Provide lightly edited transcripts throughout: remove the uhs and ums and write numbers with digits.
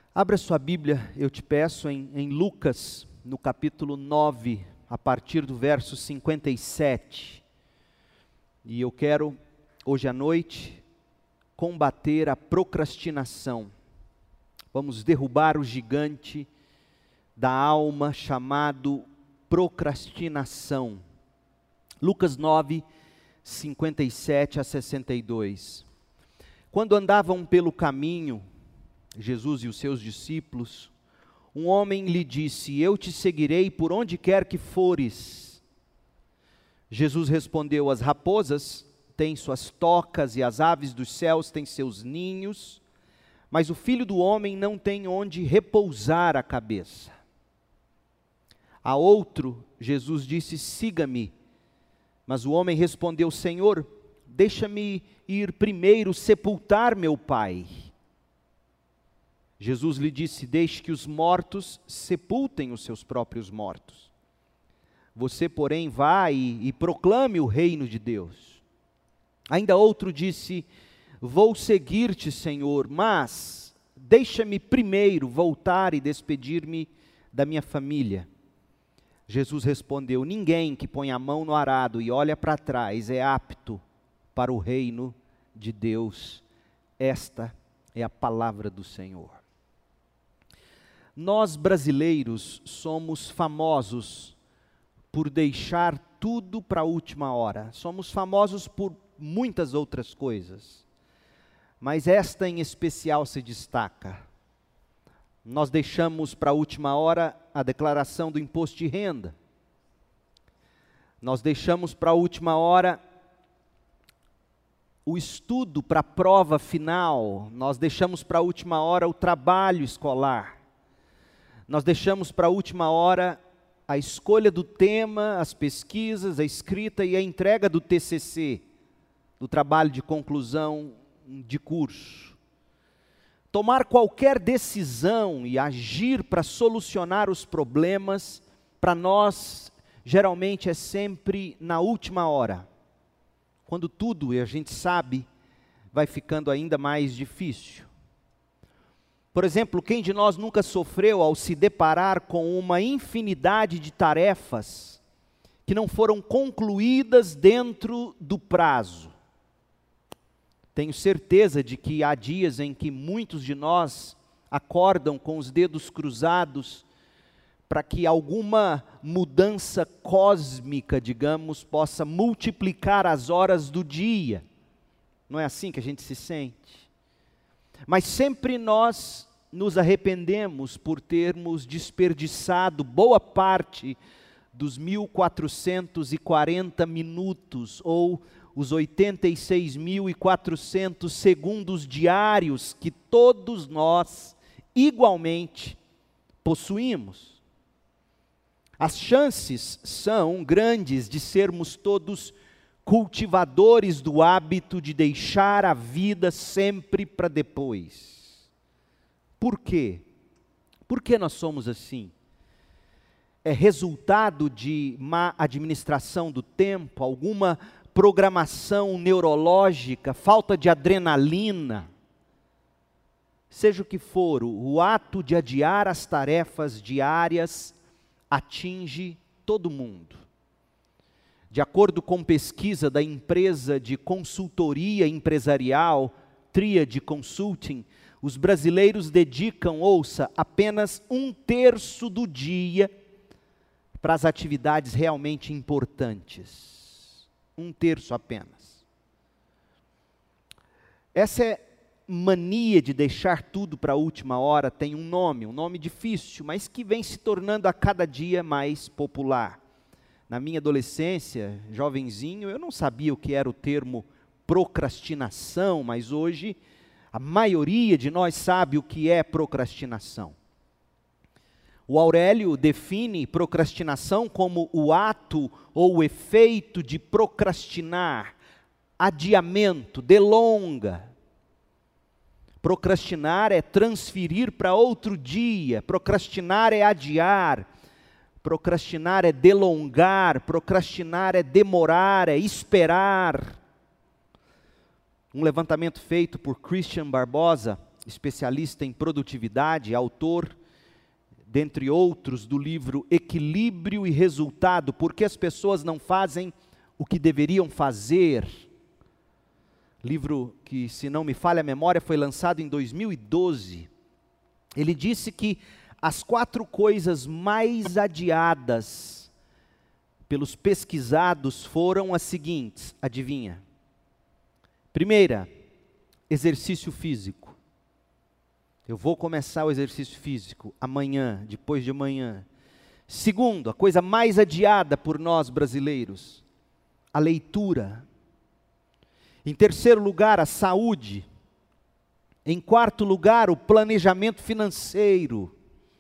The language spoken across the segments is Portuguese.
Abra sua Bíblia, eu te peço, em Lucas, no capítulo 9, a partir do verso 57. E eu quero, hoje à noite, combater a procrastinação. Vamos derrubar o gigante da alma chamado procrastinação. Lucas 9, 57 a 62. Quando andavam pelo caminho, Jesus e os seus discípulos, um homem lhe disse: eu te seguirei por onde quer que fores. Jesus respondeu: as raposas têm suas tocas e as aves dos céus têm seus ninhos, mas o Filho do Homem não tem onde repousar a cabeça. A outro, Jesus disse: siga-me. Mas o homem respondeu: Senhor, deixa-me ir primeiro sepultar meu pai. Jesus lhe disse: deixe que os mortos sepultem os seus próprios mortos. Você, porém, vá e proclame o reino de Deus. Ainda outro disse: vou seguir-te, Senhor, mas deixa-me primeiro voltar e despedir-me da minha família. Jesus respondeu: ninguém que põe a mão no arado e olha para trás é apto para o reino de Deus. Esta é a palavra do Senhor. Nós brasileiros somos famosos por deixar tudo para a última hora. Somos famosos por muitas outras coisas, mas esta em especial se destaca. Nós deixamos para a última hora a declaração do imposto de renda. Nós deixamos para a última hora o estudo para a prova final. Nós deixamos para a última hora o trabalho escolar. Nós deixamos para a última hora a escolha do tema, as pesquisas, a escrita e a entrega do TCC, do trabalho de conclusão de curso. Tomar qualquer decisão e agir para solucionar os problemas, para nós, geralmente é sempre na última hora. Quando tudo, e a gente sabe, vai ficando ainda mais difícil. Por exemplo, quem de nós nunca sofreu ao se deparar com uma infinidade de tarefas que não foram concluídas dentro do prazo? Tenho certeza de que há dias em que muitos de nós acordam com os dedos cruzados para que alguma mudança cósmica, digamos, possa multiplicar as horas do dia. Não é assim que a gente se sente? Mas sempre nós nos arrependemos por termos desperdiçado boa parte dos 1440 minutos ou os 86.400 segundos diários que todos nós igualmente possuímos. As chances são grandes de sermos todos cultivadores do hábito de deixar a vida sempre para depois. Por quê? Por que nós somos assim? É resultado de má administração do tempo, alguma programação neurológica, falta de adrenalina? Seja o que for, o ato de adiar as tarefas diárias atinge todo mundo. De acordo com pesquisa da empresa de consultoria empresarial, Tríade Consulting, os brasileiros dedicam, ouça, apenas 1/3 do dia para as atividades realmente importantes. 1/3 apenas. Essa mania de deixar tudo para a última hora tem um nome difícil, mas que vem se tornando a cada dia mais popular. Na minha adolescência, jovenzinho, eu não sabia o que era o termo procrastinação, mas hoje a maioria de nós sabe o que é procrastinação. O Aurélio define procrastinação como o ato ou o efeito de procrastinar, adiamento, delonga. Procrastinar é transferir para outro dia, procrastinar é adiar, procrastinar é delongar, procrastinar é demorar, é esperar. Um levantamento feito por Christian Barbosa especialista em produtividade, autor, dentre outros, do livro Equilíbrio e Resultado, por que as pessoas não fazem o que deveriam fazer. Livro que, se não me falha a memória, foi lançado em 2012. Ele disse que as 4 coisas mais adiadas pelos pesquisados foram as seguintes, adivinha? Primeira, exercício físico. Eu vou começar o exercício físico amanhã, depois de amanhã. Segundo, a coisa mais adiada por nós brasileiros, a leitura. Em terceiro lugar, a saúde. Em quarto lugar, o planejamento financeiro.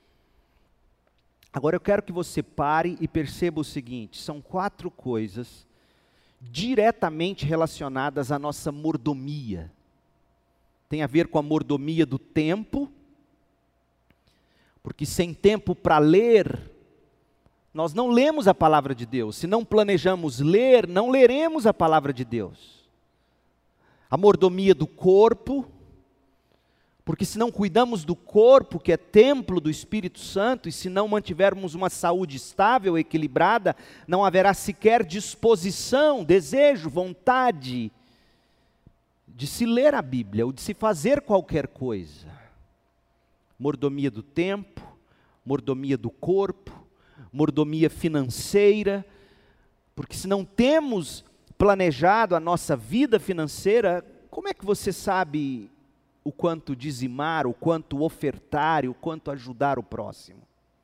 Agora eu quero que você pare e perceba o seguinte, são 4 coisas diretamente relacionadas à nossa mordomia. Tem a ver com a mordomia do tempo, porque sem tempo para ler, nós não lemos a palavra de Deus. Se não planejamos ler, não leremos a palavra de Deus. A mordomia do corpo, porque se não cuidamos do corpo, que é templo do Espírito Santo, e se não mantivermos uma saúde estável, equilibrada, não haverá sequer disposição, desejo, vontade de se ler a Bíblia, ou de se fazer qualquer coisa. Mordomia do tempo, mordomia do corpo, mordomia financeira, porque se não temos planejado a nossa vida financeira, como é que você sabe o quanto dizimar, o quanto ofertar, o quanto ajudar o próximo?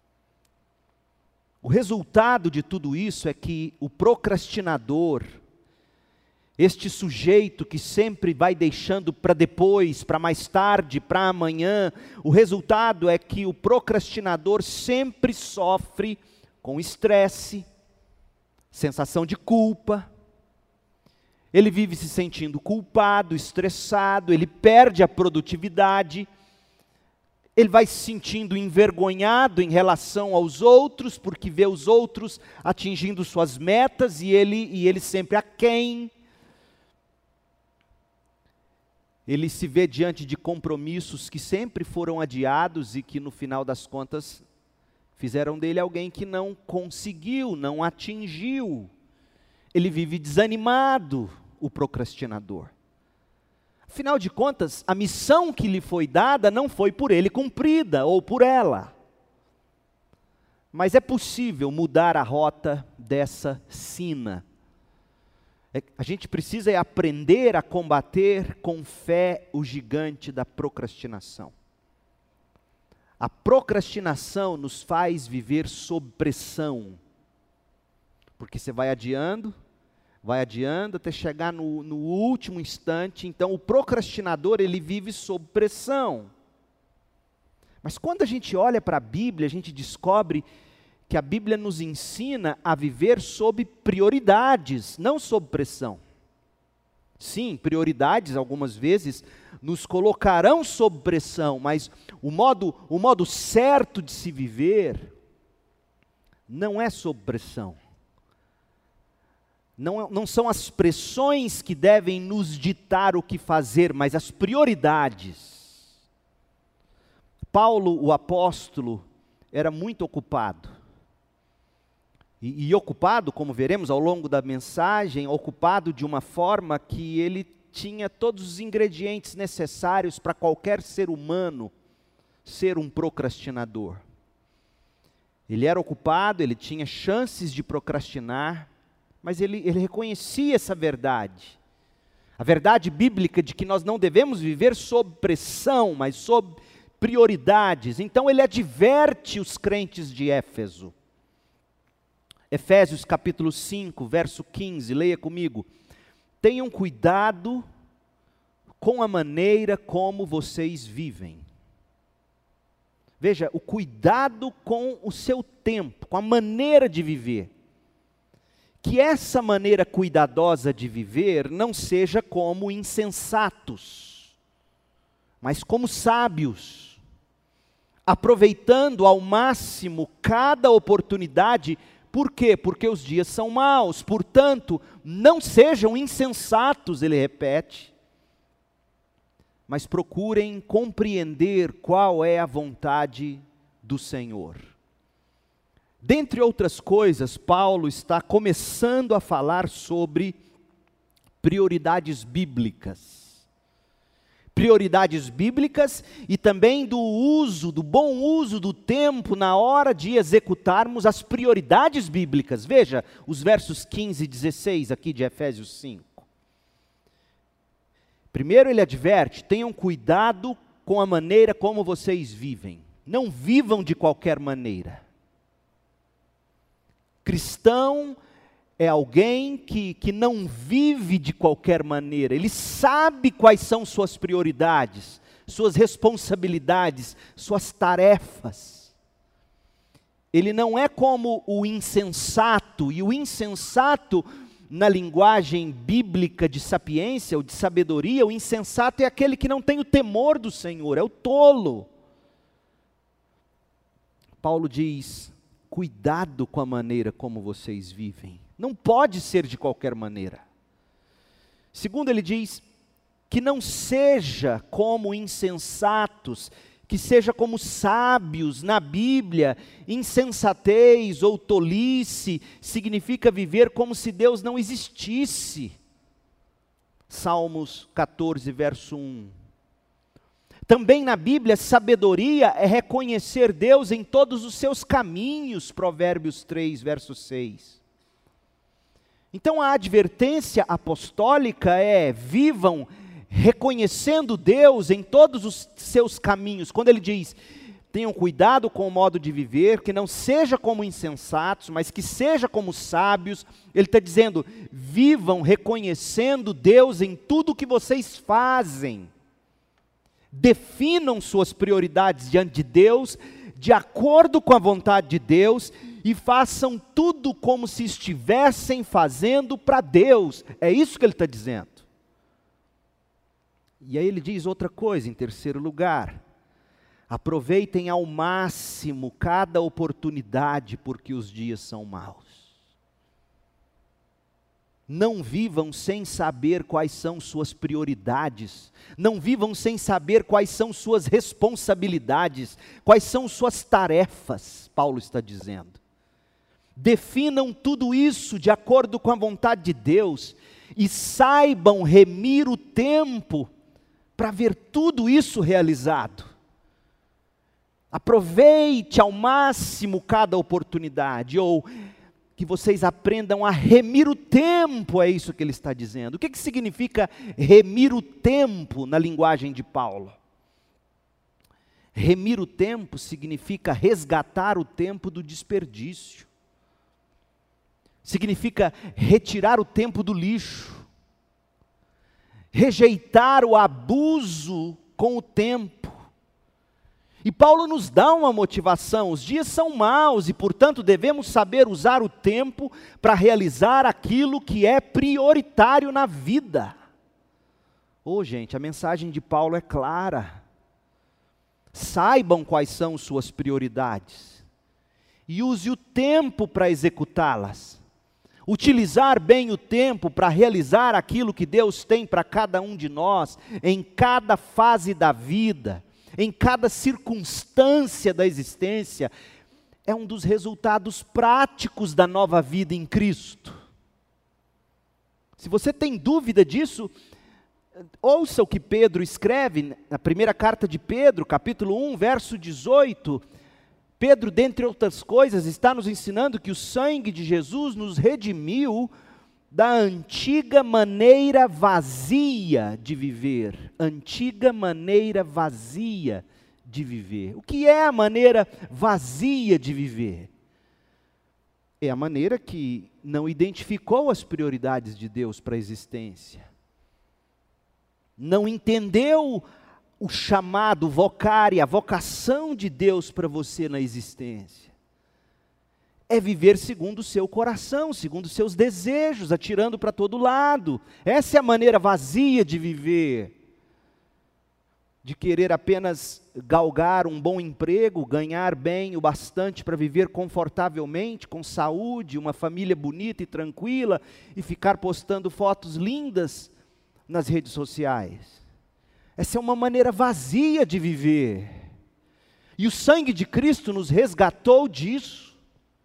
O resultado de tudo isso é que o procrastinador, este sujeito que sempre vai deixando para depois, para mais tarde, para amanhã, o resultado é que o procrastinador sempre sofre com estresse, sensação de culpa. Ele vive se sentindo culpado, estressado, ele perde a produtividade, ele vai se sentindo envergonhado em relação aos outros, porque vê os outros atingindo suas metas e ele sempre aquém. Ele se vê diante de compromissos que sempre foram adiados e que no final das contas fizeram dele alguém que não conseguiu, não atingiu. Ele vive desanimado, o procrastinador. Afinal de contas, a missão que lhe foi dada não foi por ele cumprida, ou por ela. Mas é possível mudar a rota dessa sina. A gente precisa aprender a combater com fé o gigante da procrastinação. A procrastinação nos faz viver sob pressão, porque você vai adiando até chegar no último instante. Então o procrastinador, ele vive sob pressão. Mas quando a gente olha para a Bíblia, a gente descobre que a Bíblia nos ensina a viver sob prioridades, não sob pressão. Sim, prioridades algumas vezes nos colocarão sob pressão, mas o modo certo de se viver não é sob pressão. Não são as pressões que devem nos ditar o que fazer, mas as prioridades. Paulo, o apóstolo, era muito ocupado. E ocupado, como veremos ao longo da mensagem, ocupado de uma forma que ele tinha todos os ingredientes necessários para qualquer ser humano ser um procrastinador. Ele era ocupado, ele tinha chances de procrastinar, mas ele reconhecia essa verdade. A verdade bíblica de que nós não devemos viver sob pressão, mas sob prioridades. Então ele adverte os crentes de Éfeso. Efésios capítulo 5, verso 15, leia comigo. Tenham cuidado com a maneira como vocês vivem. Veja, o cuidado com o seu tempo, com a maneira de viver. Que essa maneira cuidadosa de viver não seja como insensatos, mas como sábios, aproveitando ao máximo cada oportunidade. Por quê? Porque os dias são maus, portanto, não sejam insensatos, ele repete, mas procurem compreender qual é a vontade do Senhor. Dentre outras coisas, Paulo está começando a falar sobre prioridades bíblicas. Prioridades bíblicas e também do bom uso do tempo na hora de executarmos as prioridades bíblicas. Veja os versos 15 e 16 aqui de Efésios 5. Primeiro ele adverte: tenham cuidado com a maneira como vocês vivem. Não vivam de qualquer maneira. Cristão é alguém que não vive de qualquer maneira. Ele sabe quais são suas prioridades, suas responsabilidades, suas tarefas. Ele não é como o insensato, e o insensato, na linguagem bíblica de sapiência ou de sabedoria, o insensato é aquele que não tem o temor do Senhor, é o tolo. Paulo diz: cuidado com a maneira como vocês vivem. Não pode ser de qualquer maneira. Segundo, ele diz que não seja como insensatos, que seja como sábios. Na Bíblia, insensatez ou tolice significa viver como se Deus não existisse. Salmos 14, verso 1. Também na Bíblia, sabedoria é reconhecer Deus em todos os seus caminhos. Provérbios 3, verso 6. Então a advertência apostólica é: vivam reconhecendo Deus em todos os seus caminhos. Quando ele diz: tenham cuidado com o modo de viver, que não seja como insensatos, mas que seja como sábios, ele está dizendo: vivam reconhecendo Deus em tudo o que vocês fazem. Definam suas prioridades diante de Deus, de acordo com a vontade de Deus, e façam tudo como se estivessem fazendo para Deus. É isso que ele está dizendo. E aí ele diz outra coisa, em terceiro lugar: aproveitem ao máximo cada oportunidade, porque os dias são maus. Não vivam sem saber quais são suas prioridades, não vivam sem saber quais são suas responsabilidades, quais são suas tarefas, Paulo está dizendo. Definam tudo isso de acordo com a vontade de Deus e saibam remir o tempo para ver tudo isso realizado. Aproveite ao máximo cada oportunidade, ou que vocês aprendam a remir o tempo, é isso que ele está dizendo. O que significa remir o tempo na linguagem de Paulo? Remir o tempo significa resgatar o tempo do desperdício. Significa retirar o tempo do lixo. Rejeitar o abuso com o tempo. E Paulo nos dá uma motivação: os dias são maus e, portanto, devemos saber usar o tempo para realizar aquilo que é prioritário na vida. Gente, a mensagem de Paulo é clara. Saibam quais são suas prioridades e use o tempo para executá-las. Utilizar bem o tempo para realizar aquilo que Deus tem para cada um de nós, em cada fase da vida, em cada circunstância da existência, é um dos resultados práticos da nova vida em Cristo. Se você tem dúvida disso, ouça o que Pedro escreve na primeira carta de Pedro, capítulo 1, verso 18. Pedro, dentre outras coisas, está nos ensinando que o sangue de Jesus nos redimiu da antiga maneira vazia de viver. Antiga maneira vazia de viver. O que é a maneira vazia de viver? É a maneira que não identificou as prioridades de Deus para a existência. Não entendeu o chamado, o vocário, a vocação de Deus para você na existência. É viver segundo o seu coração, segundo os seus desejos, atirando para todo lado. Essa é a maneira vazia de viver. De querer apenas galgar um bom emprego, ganhar bem o bastante para viver confortavelmente, com saúde, uma família bonita e tranquila, e ficar postando fotos lindas nas redes sociais. Essa é uma maneira vazia de viver. E o sangue de Cristo nos resgatou disso.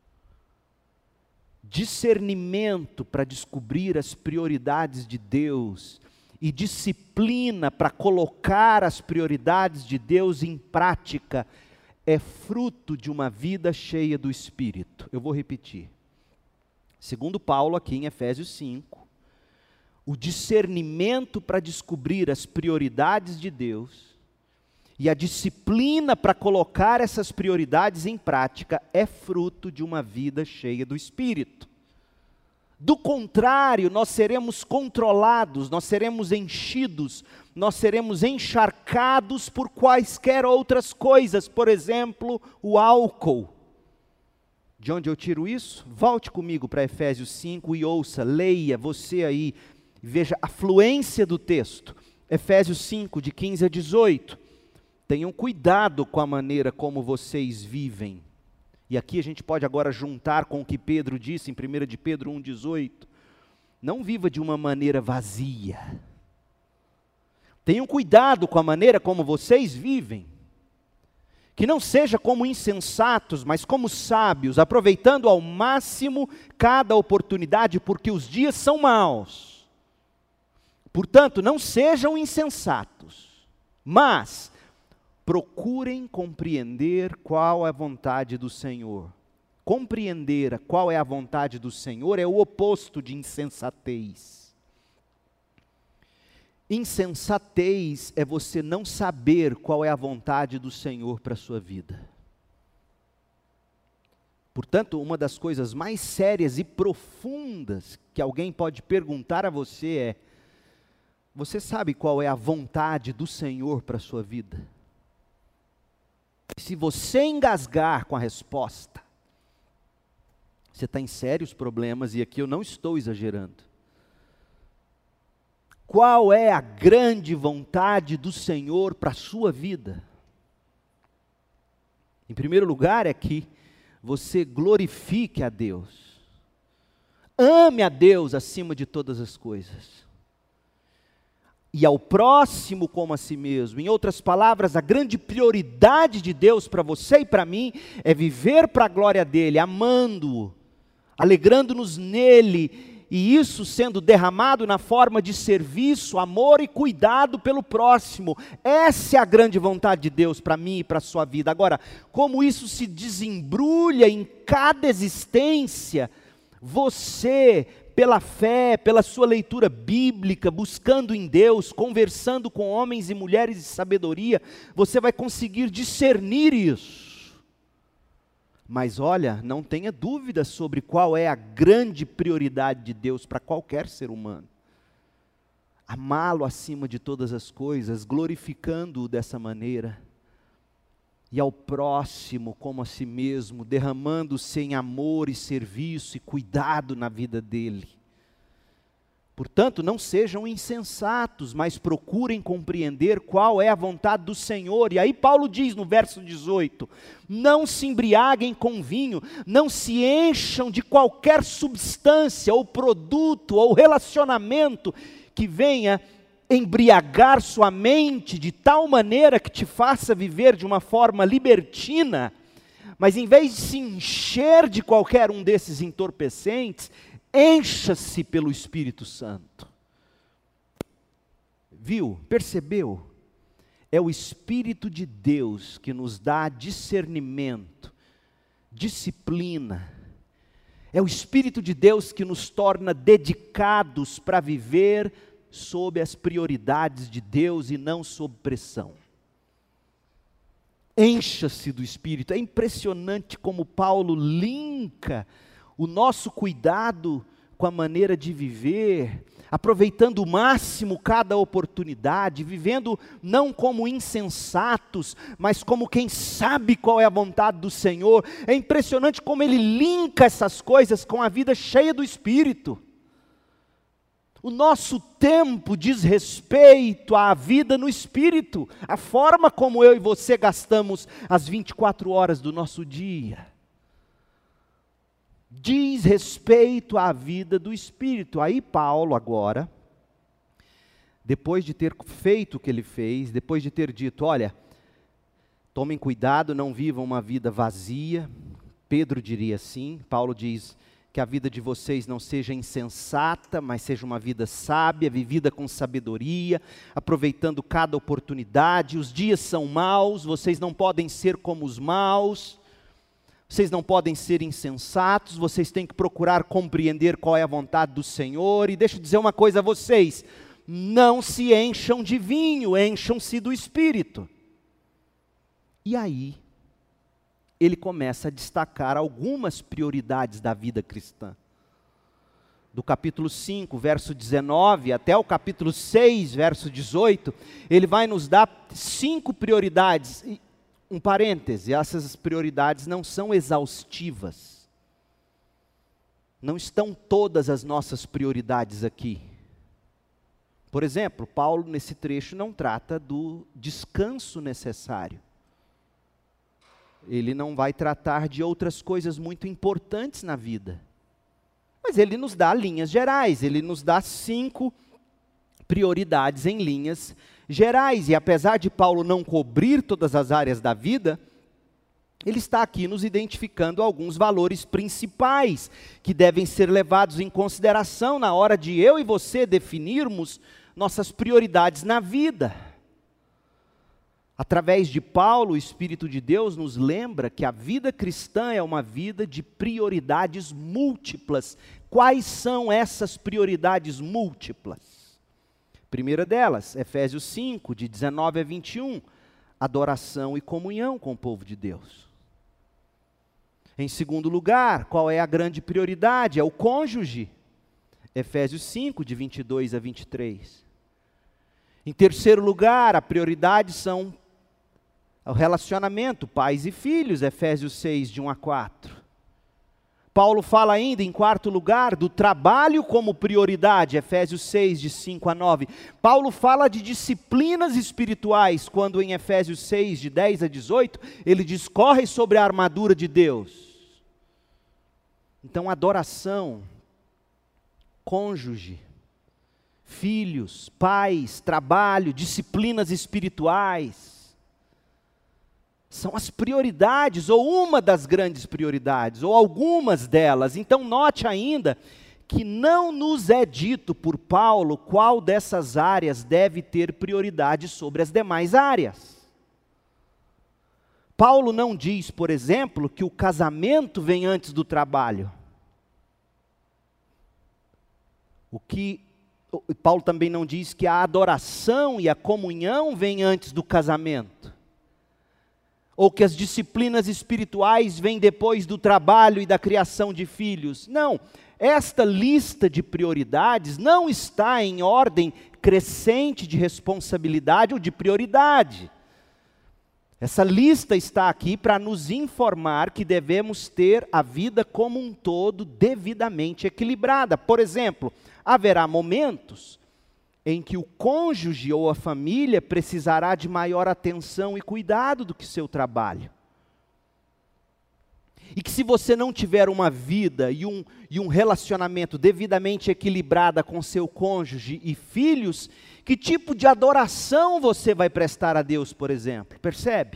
Discernimento para descobrir as prioridades de Deus e disciplina para colocar as prioridades de Deus em prática é fruto de uma vida cheia do Espírito. Eu vou repetir. Segundo Paulo aqui em Efésios 5, o discernimento para descobrir as prioridades de Deus e a disciplina para colocar essas prioridades em prática é fruto de uma vida cheia do Espírito. Do contrário, nós seremos controlados, nós seremos enchidos, nós seremos encharcados por quaisquer outras coisas, por exemplo, o álcool. De onde eu tiro isso? Volte comigo para Efésios 5 e ouça, leia você aí, veja a fluência do texto. Efésios 5, de 15 a 18. Tenham cuidado com a maneira como vocês vivem. E aqui a gente pode agora juntar com o que Pedro disse em 1 de Pedro 1,18. Não viva de uma maneira vazia. Tenham cuidado com a maneira como vocês vivem. Que não seja como insensatos, mas como sábios, aproveitando ao máximo cada oportunidade, porque os dias são maus. Portanto, não sejam insensatos, mas procurem compreender qual é a vontade do Senhor. Compreender qual é a vontade do Senhor é o oposto de insensatez. Insensatez é você não saber qual é a vontade do Senhor para a sua vida. Portanto, uma das coisas mais sérias e profundas que alguém pode perguntar a você é: você sabe qual é a vontade do Senhor para a sua vida? Se você engasgar com a resposta, você está em sérios problemas, e aqui eu não estou exagerando. Qual é a grande vontade do Senhor para a sua vida? Em primeiro lugar é que você glorifique a Deus. Ame a Deus acima de todas as coisas. E ao próximo como a si mesmo. Em outras palavras, a grande prioridade de Deus para você e para mim é viver para a glória dEle, amando-o, alegrando-nos nele, e isso sendo derramado na forma de serviço, amor e cuidado pelo próximo. Essa é a grande vontade de Deus para mim e para a sua vida. Agora, como isso se desembrulha em cada existência, você, pela fé, pela sua leitura bíblica, buscando em Deus, conversando com homens e mulheres de sabedoria, você vai conseguir discernir isso. Mas olha, não tenha dúvida sobre qual é a grande prioridade de Deus para qualquer ser humano. Amá-lo acima de todas as coisas, glorificando-o dessa maneira. E ao próximo como a si mesmo, derramando-se em amor e serviço e cuidado na vida dele. Portanto, não sejam insensatos, mas procurem compreender qual é a vontade do Senhor. E aí Paulo diz no verso 18, não se embriaguem com vinho, não se encham de qualquer substância, ou produto, ou relacionamento que venha embriagar sua mente de tal maneira que te faça viver de uma forma libertina, mas em vez de se encher de qualquer um desses entorpecentes, encha-se pelo Espírito Santo. Viu? Percebeu? É o Espírito de Deus que nos dá discernimento, disciplina. É o Espírito de Deus que nos torna dedicados para viver sob as prioridades de Deus e não sob pressão. Encha-se do Espírito. É impressionante como Paulo linka o nosso cuidado com a maneira de viver, aproveitando o máximo cada oportunidade, vivendo não como insensatos, mas como quem sabe qual é a vontade do Senhor. É impressionante como ele linka essas coisas com a vida cheia do Espírito. O nosso tempo diz respeito à vida no Espírito, a forma como eu e você gastamos as 24 horas do nosso dia. Diz respeito à vida do Espírito. Aí Paulo agora, depois de ter feito o que ele fez, depois de ter dito, olha, tomem cuidado, não vivam uma vida vazia. Pedro diria assim, Paulo diz que a vida de vocês não seja insensata, mas seja uma vida sábia, vivida com sabedoria, aproveitando cada oportunidade. Os dias são maus, vocês não podem ser como os maus, vocês não podem ser insensatos, vocês têm que procurar compreender qual é a vontade do Senhor. E deixa eu dizer uma coisa a vocês, não se encham de vinho, encham-se do Espírito. E aí, ele começa a destacar algumas prioridades da vida cristã. Do capítulo 5, verso 19, até o capítulo 6, verso 18, ele vai nos dar 5 prioridades. E, um parêntese, essas prioridades não são exaustivas. Não estão todas as nossas prioridades aqui. Por exemplo, Paulo nesse trecho não trata do descanso necessário. Ele não vai tratar de outras coisas muito importantes na vida. Mas ele nos dá linhas gerais, ele nos dá 5 prioridades em linhas gerais. E apesar de Paulo não cobrir todas as áreas da vida, ele está aqui nos identificando alguns valores principais que devem ser levados em consideração na hora de eu e você definirmos nossas prioridades na vida. Através de Paulo, o Espírito de Deus nos lembra que a vida cristã é uma vida de prioridades múltiplas. Quais são essas prioridades múltiplas? Primeira delas, Efésios 5, de 19 a 21, adoração e comunhão com o povo de Deus. Em segundo lugar, qual é a grande prioridade? É o cônjuge. Efésios 5, de 22 a 23. Em terceiro lugar, a prioridade são o relacionamento, pais e filhos, Efésios 6, de 1 a 4. Paulo fala ainda, em quarto lugar, do trabalho como prioridade, Efésios 6, de 5 a 9. Paulo fala de disciplinas espirituais, quando em Efésios 6, de 10 a 18, ele discorre sobre a armadura de Deus. Então, adoração, cônjuge, filhos, pais, trabalho, disciplinas espirituais, são as prioridades, ou uma das grandes prioridades, ou algumas delas. Então note ainda que não nos é dito por Paulo qual dessas áreas deve ter prioridade sobre as demais áreas. Paulo não diz, por exemplo, que o casamento vem antes do trabalho. Paulo também não diz que a adoração e a comunhão vêm antes do casamento. Ou que as disciplinas espirituais vêm depois do trabalho e da criação de filhos. Não, esta lista de prioridades não está em ordem crescente de responsabilidade ou de prioridade. Essa lista está aqui para nos informar que devemos ter a vida como um todo devidamente equilibrada. Por exemplo, haverá momentos em que o cônjuge ou a família precisará de maior atenção e cuidado do que seu trabalho. E que se você não tiver uma vida e um relacionamento devidamente equilibrada com seu cônjuge e filhos, que tipo de adoração você vai prestar a Deus, por exemplo? Percebe?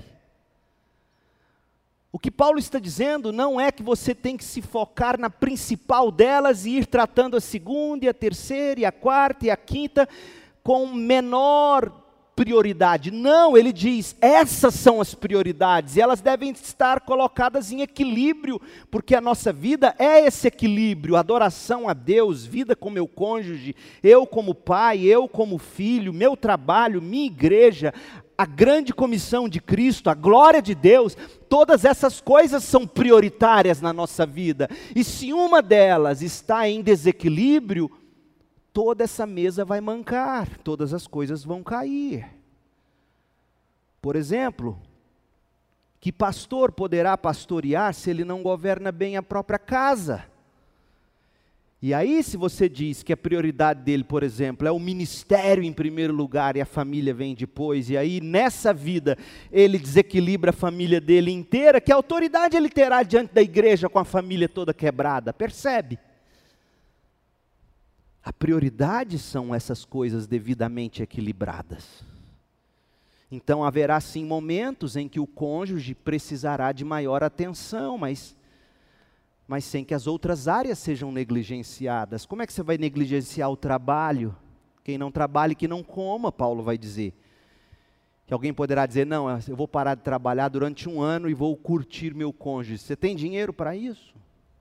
O que Paulo está dizendo não é que você tem que se focar na principal delas e ir tratando a segunda, e a terceira, e a quarta, e a quinta com menor prioridade. Não, ele diz, essas são as prioridades, e elas devem estar colocadas em equilíbrio, porque a nossa vida é esse equilíbrio, adoração a Deus, vida com meu cônjuge, eu como pai, eu como filho, meu trabalho, minha igreja, a grande comissão de Cristo, a glória de Deus, todas essas coisas são prioritárias na nossa vida. E se uma delas está em desequilíbrio, toda essa mesa vai mancar, todas as coisas vão cair. Por exemplo, que pastor poderá pastorear se ele não governa bem a própria casa? E aí, se você diz que a prioridade dele, por exemplo, é o ministério em primeiro lugar e a família vem depois, e aí nessa vida ele desequilibra a família dele inteira, que autoridade ele terá diante da igreja com a família toda quebrada? Percebe? A prioridade são essas coisas devidamente equilibradas. Então haverá sim momentos em que o cônjuge precisará de maior atenção, mas sem que as outras áreas sejam negligenciadas. Como é que você vai negligenciar o trabalho? Quem não trabalha, que não coma, Paulo vai dizer. Que alguém poderá dizer, não, eu vou parar de trabalhar durante 1 ano e vou curtir meu cônjuge. Você tem dinheiro para isso?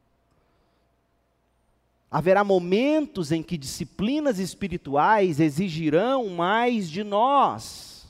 Haverá momentos em que disciplinas espirituais exigirão mais de nós.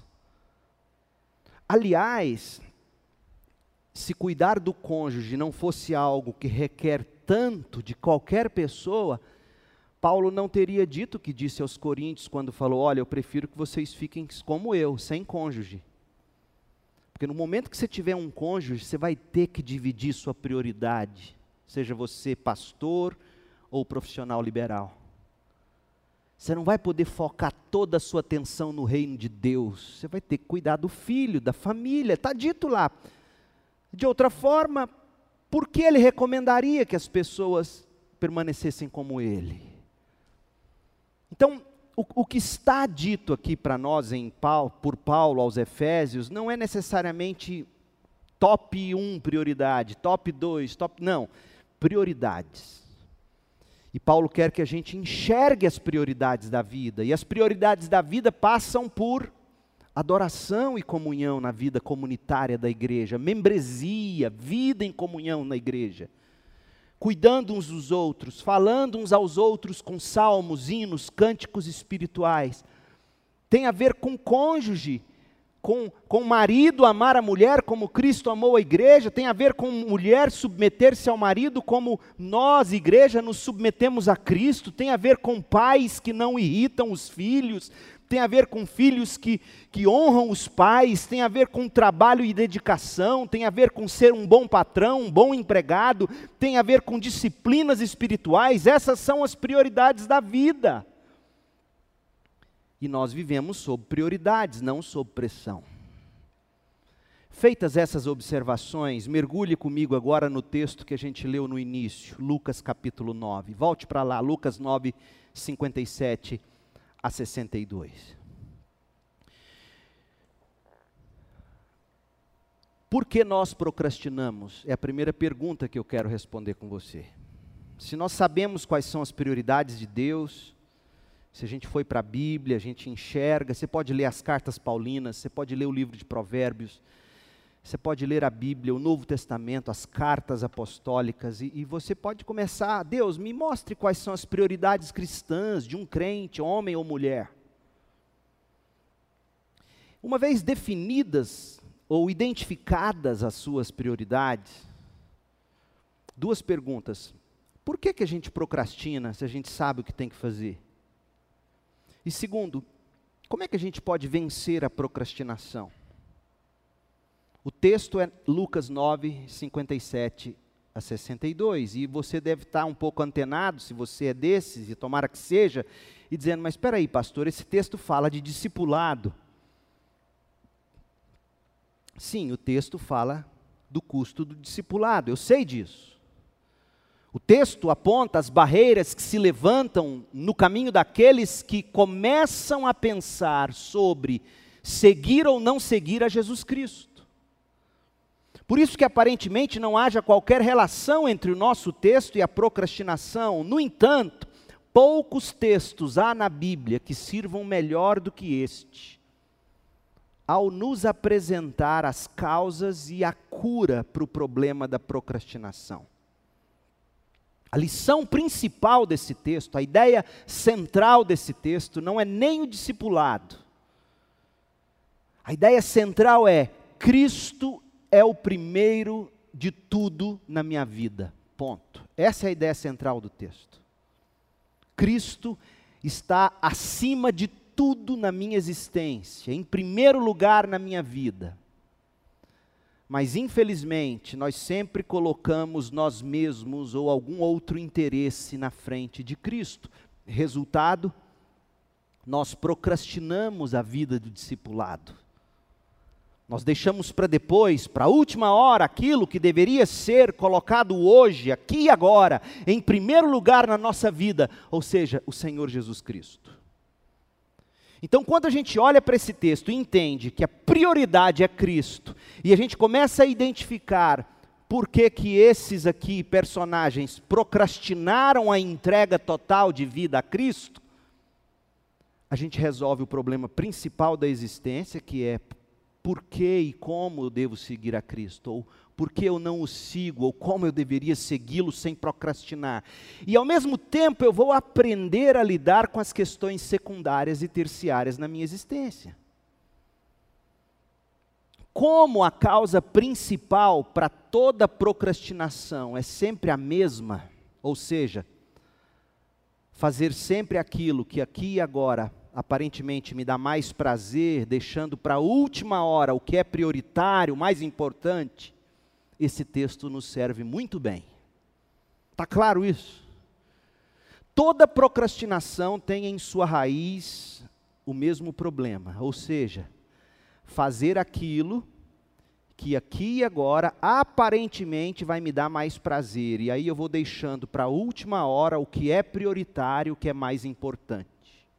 Aliás, se cuidar do cônjuge não fosse algo que requer tanto de qualquer pessoa, Paulo não teria dito o que disse aos coríntios quando falou, olha, eu prefiro que vocês fiquem como eu, sem cônjuge. Porque no momento que você tiver um cônjuge, você vai ter que dividir sua prioridade, seja você pastor ou profissional liberal. Você não vai poder focar toda a sua atenção no reino de Deus, você vai ter que cuidar do filho, da família, está dito lá. De outra forma, por que ele recomendaria que as pessoas permanecessem como ele? Então, o que está dito aqui para nós por Paulo aos Efésios, não é necessariamente top 1 prioridade, top 2, não, prioridades. E Paulo quer que a gente enxergue as prioridades da vida, e as prioridades da vida passam por adoração e comunhão na vida comunitária da igreja, membresia, vida em comunhão na igreja, cuidando uns dos outros, falando uns aos outros com salmos, hinos, cânticos espirituais. Tem a ver com cônjuge, com o marido amar a mulher como Cristo amou a igreja, tem a ver com mulher submeter-se ao marido como nós, igreja, nos submetemos a Cristo, tem a ver com pais que não irritam os filhos, tem a ver com filhos que honram os pais, tem a ver com trabalho e dedicação, tem a ver com ser um bom patrão, um bom empregado, tem a ver com disciplinas espirituais. Essas são as prioridades da vida. E nós vivemos sob prioridades, não sob pressão. Feitas essas observações, mergulhe comigo agora no texto que a gente leu no início, Lucas capítulo 9. Volte para lá, Lucas 9, 57 a 62. Por que nós procrastinamos? É a primeira pergunta que eu quero responder com você. Se nós sabemos quais são as prioridades de Deus, se a gente foi para a Bíblia, a gente enxerga, você pode ler as cartas paulinas, você pode ler o livro de Provérbios, você pode ler a Bíblia, o Novo Testamento, as cartas apostólicas, e você pode começar, Deus, me mostre quais são as prioridades cristãs de um crente, homem ou mulher. Uma vez definidas ou identificadas as suas prioridades, 2 perguntas. Por que a gente procrastina se a gente sabe o que tem que fazer? E segundo, como é que a gente pode vencer a procrastinação? O texto é Lucas 9, 57 a 62, e você deve estar um pouco antenado, se você é desses, e tomara que seja, e dizendo, mas espera aí, pastor, esse texto fala de discipulado. Sim, o texto fala do custo do discipulado, eu sei disso. O texto aponta as barreiras que se levantam no caminho daqueles que começam a pensar sobre seguir ou não seguir a Jesus Cristo. Por isso que aparentemente não haja qualquer relação entre o nosso texto e a procrastinação. No entanto, poucos textos há na Bíblia que sirvam melhor do que este, ao nos apresentar as causas e a cura para o problema da procrastinação. A lição principal desse texto, a ideia central desse texto, não é nem o discipulado. A ideia central é: Cristo é o primeiro de tudo na minha vida, ponto. Essa é a ideia central do texto. Cristo está acima de tudo na minha existência, em primeiro lugar na minha vida. Mas infelizmente, nós sempre colocamos nós mesmos ou algum outro interesse na frente de Cristo. Resultado, nós procrastinamos a vida do discipulado. Nós deixamos para depois, para a última hora, aquilo que deveria ser colocado hoje, aqui e agora, em primeiro lugar na nossa vida, ou seja, o Senhor Jesus Cristo. Então, quando a gente olha para esse texto e entende que a prioridade é Cristo, e a gente começa a identificar por que que esses aqui, personagens, procrastinaram a entrega total de vida a Cristo, a gente resolve o problema principal da existência, que é por que e como eu devo seguir a Cristo, ou por que eu não o sigo, ou como eu deveria segui-lo sem procrastinar. E ao mesmo tempo eu vou aprender a lidar com as questões secundárias e terciárias na minha existência. Como a causa principal para toda procrastinação é sempre a mesma, ou seja, fazer sempre aquilo que aqui e agora aparentemente me dá mais prazer, deixando para a última hora o que é prioritário, o mais importante, esse texto nos serve muito bem. Está claro isso? Toda procrastinação tem em sua raiz o mesmo problema, ou seja, fazer aquilo que aqui e agora aparentemente vai me dar mais prazer, e aí eu vou deixando para a última hora o que é prioritário, o que é mais importante.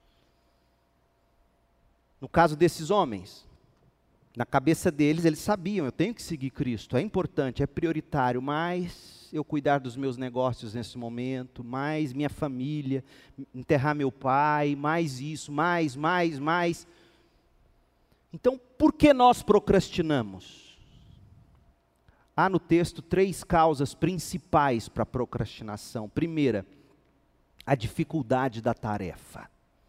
No caso desses homens, na cabeça deles, eles sabiam, eu tenho que seguir Cristo, é importante, é prioritário, mas eu cuidar dos meus negócios nesse momento, mais minha família, enterrar meu pai, mais isso, mais. Então, por que nós procrastinamos? Há no texto 3 causas principais para a procrastinação. Primeira, a dificuldade da tarefa.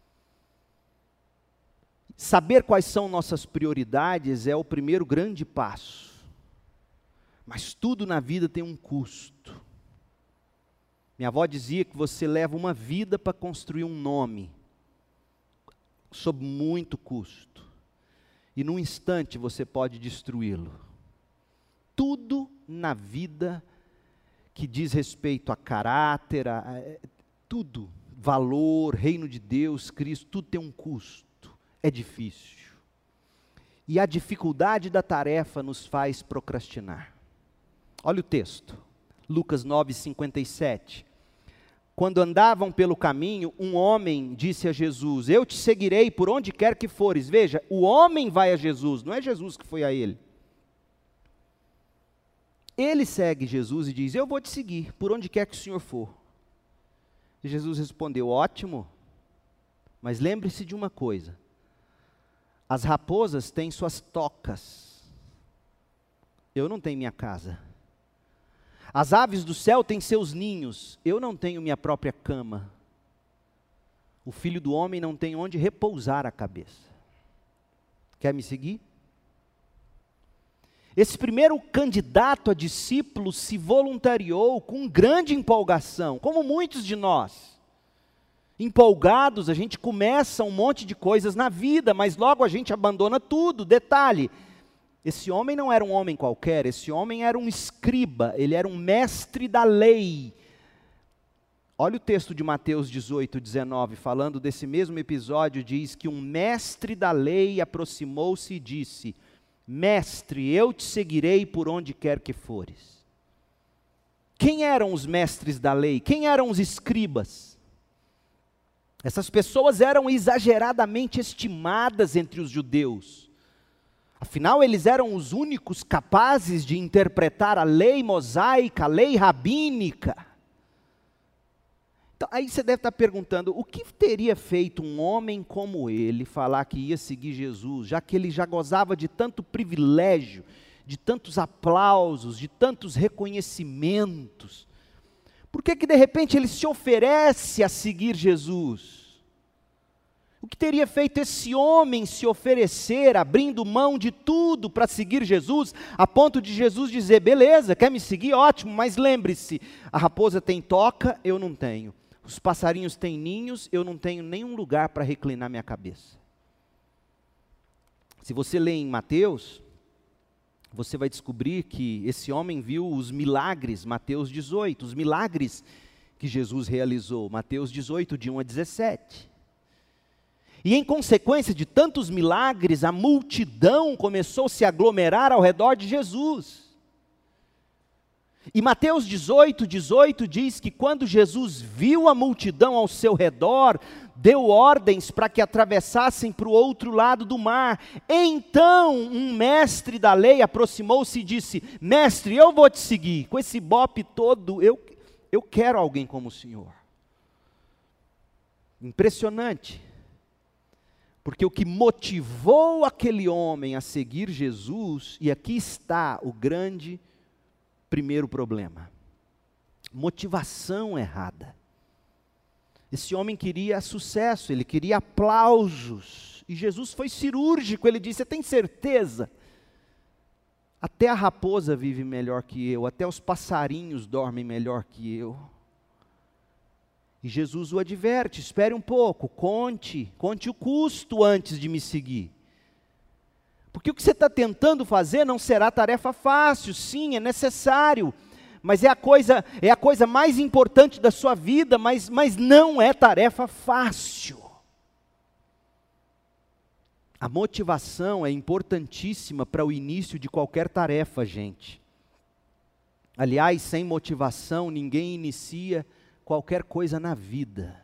Saber quais são nossas prioridades é o primeiro grande passo. Mas tudo na vida tem um custo. Minha avó dizia que você leva uma vida para construir um nome, sob muito custo. E num instante você pode destruí-lo. Tudo na vida que diz respeito a caráter, tudo, valor, reino de Deus, Cristo, tudo tem um custo. É difícil. E a dificuldade da tarefa nos faz procrastinar. Olha o texto, Lucas 9:57. Quando andavam pelo caminho, um homem disse a Jesus: eu te seguirei por onde quer que fores. Veja, o homem vai a Jesus, não é Jesus que foi a ele. Ele segue Jesus e diz: eu vou te seguir por onde quer que o Senhor for. E Jesus respondeu: ótimo, mas lembre-se de uma coisa. As raposas têm suas tocas. Eu não tenho minha casa. As aves do céu têm seus ninhos. Eu não tenho minha própria cama. O Filho do Homem não tem onde repousar a cabeça. Quer me seguir? Esse primeiro candidato a discípulo se voluntariou com grande empolgação, como muitos de nós. Empolgados, a gente começa um monte de coisas na vida, mas logo a gente abandona tudo. Detalhe, esse homem não era um homem qualquer, esse homem era um escriba, ele era um mestre da lei. Olha o texto de Mateus 18:19, falando desse mesmo episódio, diz que um mestre da lei aproximou-se e disse: mestre, eu te seguirei por onde quer que fores. Quem eram os mestres da lei? Quem eram os escribas? Essas pessoas eram exageradamente estimadas entre os judeus. Afinal, eles eram os únicos capazes de interpretar a lei mosaica, a lei rabínica. Então, aí você deve estar perguntando, o que teria feito um homem como ele falar que ia seguir Jesus, já que ele já gozava de tanto privilégio, de tantos aplausos, de tantos reconhecimentos? Por que de repente ele se oferece a seguir Jesus? O que teria feito esse homem se oferecer, abrindo mão de tudo para seguir Jesus, a ponto de Jesus dizer: beleza, quer me seguir? Ótimo, mas lembre-se, a raposa tem toca, eu não tenho. Os passarinhos têm ninhos, eu não tenho nenhum lugar para reclinar minha cabeça. Se você lê em Mateus, você vai descobrir que esse homem viu os milagres, Mateus 18, os milagres que Jesus realizou, Mateus 18, de 1 a 17. E em consequência de tantos milagres, a multidão começou a se aglomerar ao redor de Jesus. E Mateus 18 diz que quando Jesus viu a multidão ao seu redor, deu ordens para que atravessassem para o outro lado do mar. Então um mestre da lei aproximou-se e disse: mestre, eu vou te seguir, com esse bope todo, eu quero alguém como o Senhor. Impressionante, porque o que motivou aquele homem a seguir Jesus, e aqui está o grande primeiro problema: motivação errada. Esse homem queria sucesso, ele queria aplausos, e Jesus foi cirúrgico, ele disse: você tem certeza? Até a raposa vive melhor que eu, até os passarinhos dormem melhor que eu. E Jesus o adverte: espere um pouco, conte o custo antes de me seguir. Porque o que você está tentando fazer não será tarefa fácil, sim, é necessário, mas é a coisa mais importante da sua vida, mas não é tarefa fácil. A motivação é importantíssima para o início de qualquer tarefa, gente. Aliás, sem motivação ninguém inicia qualquer coisa na vida.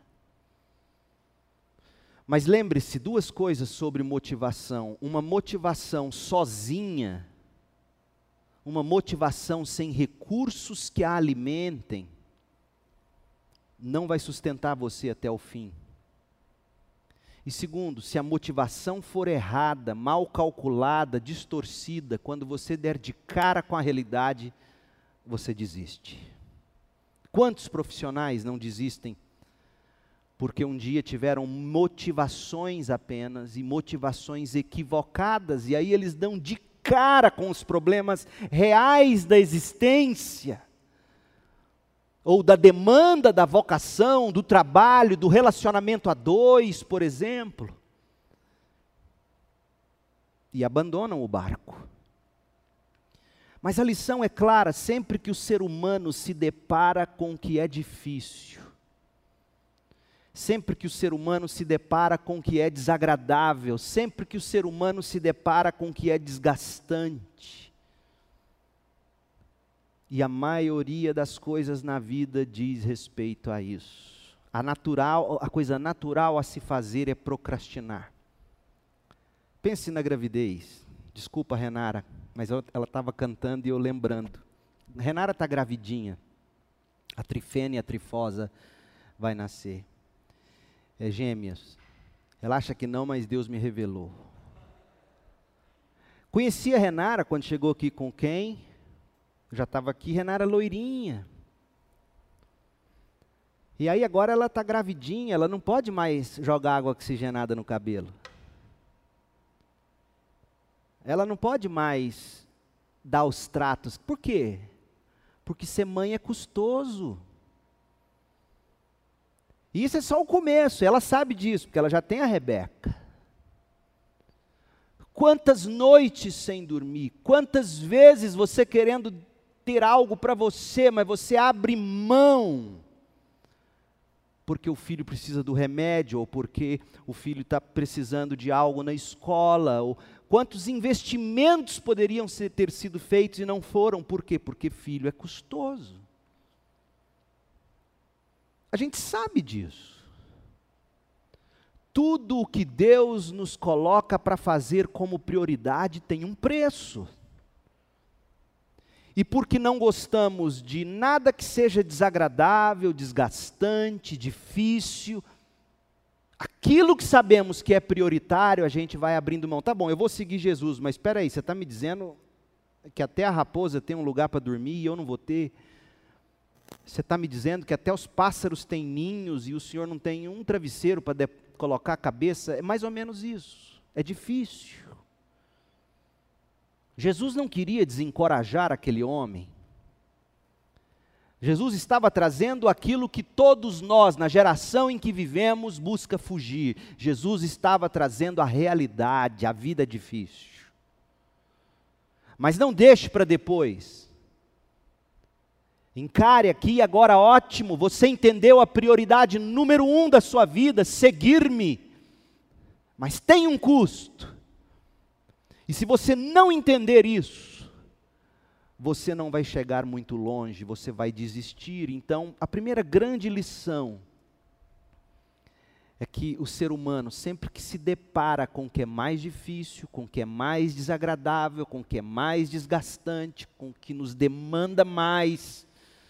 Mas lembre-se, duas coisas sobre motivação: uma motivação sozinha, uma motivação sem recursos que a alimentem, não vai sustentar você até o fim. E segundo, se a motivação for errada, mal calculada, distorcida, quando você der de cara com a realidade, você desiste. Quantos profissionais não desistem porque um dia tiveram motivações apenas, e motivações equivocadas, e aí eles dão de cara com os problemas reais da existência, ou da demanda da vocação, do trabalho, do relacionamento a dois, por exemplo, e abandonam o barco. Mas a lição é clara: sempre que o ser humano se depara com o que é difícil, sempre que o ser humano se depara com o que é desagradável, sempre que o ser humano se depara com o que é desgastante, e a maioria das coisas na vida diz respeito a isso, a coisa natural a se fazer é procrastinar. Pense na gravidez. Desculpa, Renara, mas ela estava cantando e eu lembrando. Renara está gravidinha, a trifênia e a trifosa vai nascer. É gêmeas. Ela acha que não, mas Deus me revelou. Conheci a Renara quando chegou aqui com quem? Eu já estava aqui, Renara loirinha. E aí agora ela está gravidinha, ela não pode mais jogar água oxigenada no cabelo. Ela não pode mais dar os tratos. Por quê? Porque ser mãe é custoso. E isso é só o começo, ela sabe disso, porque ela já tem a Rebeca. Quantas noites sem dormir, quantas vezes você querendo ter algo para você, mas você abre mão, porque o filho precisa do remédio, ou porque o filho está precisando de algo na escola, ou quantos investimentos poderiam ter sido feitos e não foram. Por quê? Porque filho é custoso. A gente sabe disso. Tudo o que Deus nos coloca para fazer como prioridade tem um preço. E porque não gostamos de nada que seja desagradável, desgastante, difícil, aquilo que sabemos que é prioritário, a gente vai abrindo mão. Tá bom, eu vou seguir Jesus, mas espera aí, você está me dizendo que até a raposa tem um lugar para dormir e eu não vou ter? Você está me dizendo que até os pássaros têm ninhos e o Senhor não tem um travesseiro para colocar a cabeça? É mais ou menos isso. É difícil. Jesus não queria desencorajar aquele homem. Jesus estava trazendo aquilo que todos nós, na geração em que vivemos, busca fugir. Jesus estava trazendo a realidade, a vida difícil. Mas não deixe para depois. Encare aqui agora, ótimo, você entendeu a prioridade número 1 da sua vida: seguir-me. mas tem um custo. E se você não entender isso, você não vai chegar muito longe, você vai desistir. Então, a primeira grande lição é que o ser humano, sempre que se depara com o que é mais difícil, com o que é mais desagradável, com o que é mais desgastante, com o que nos demanda mais,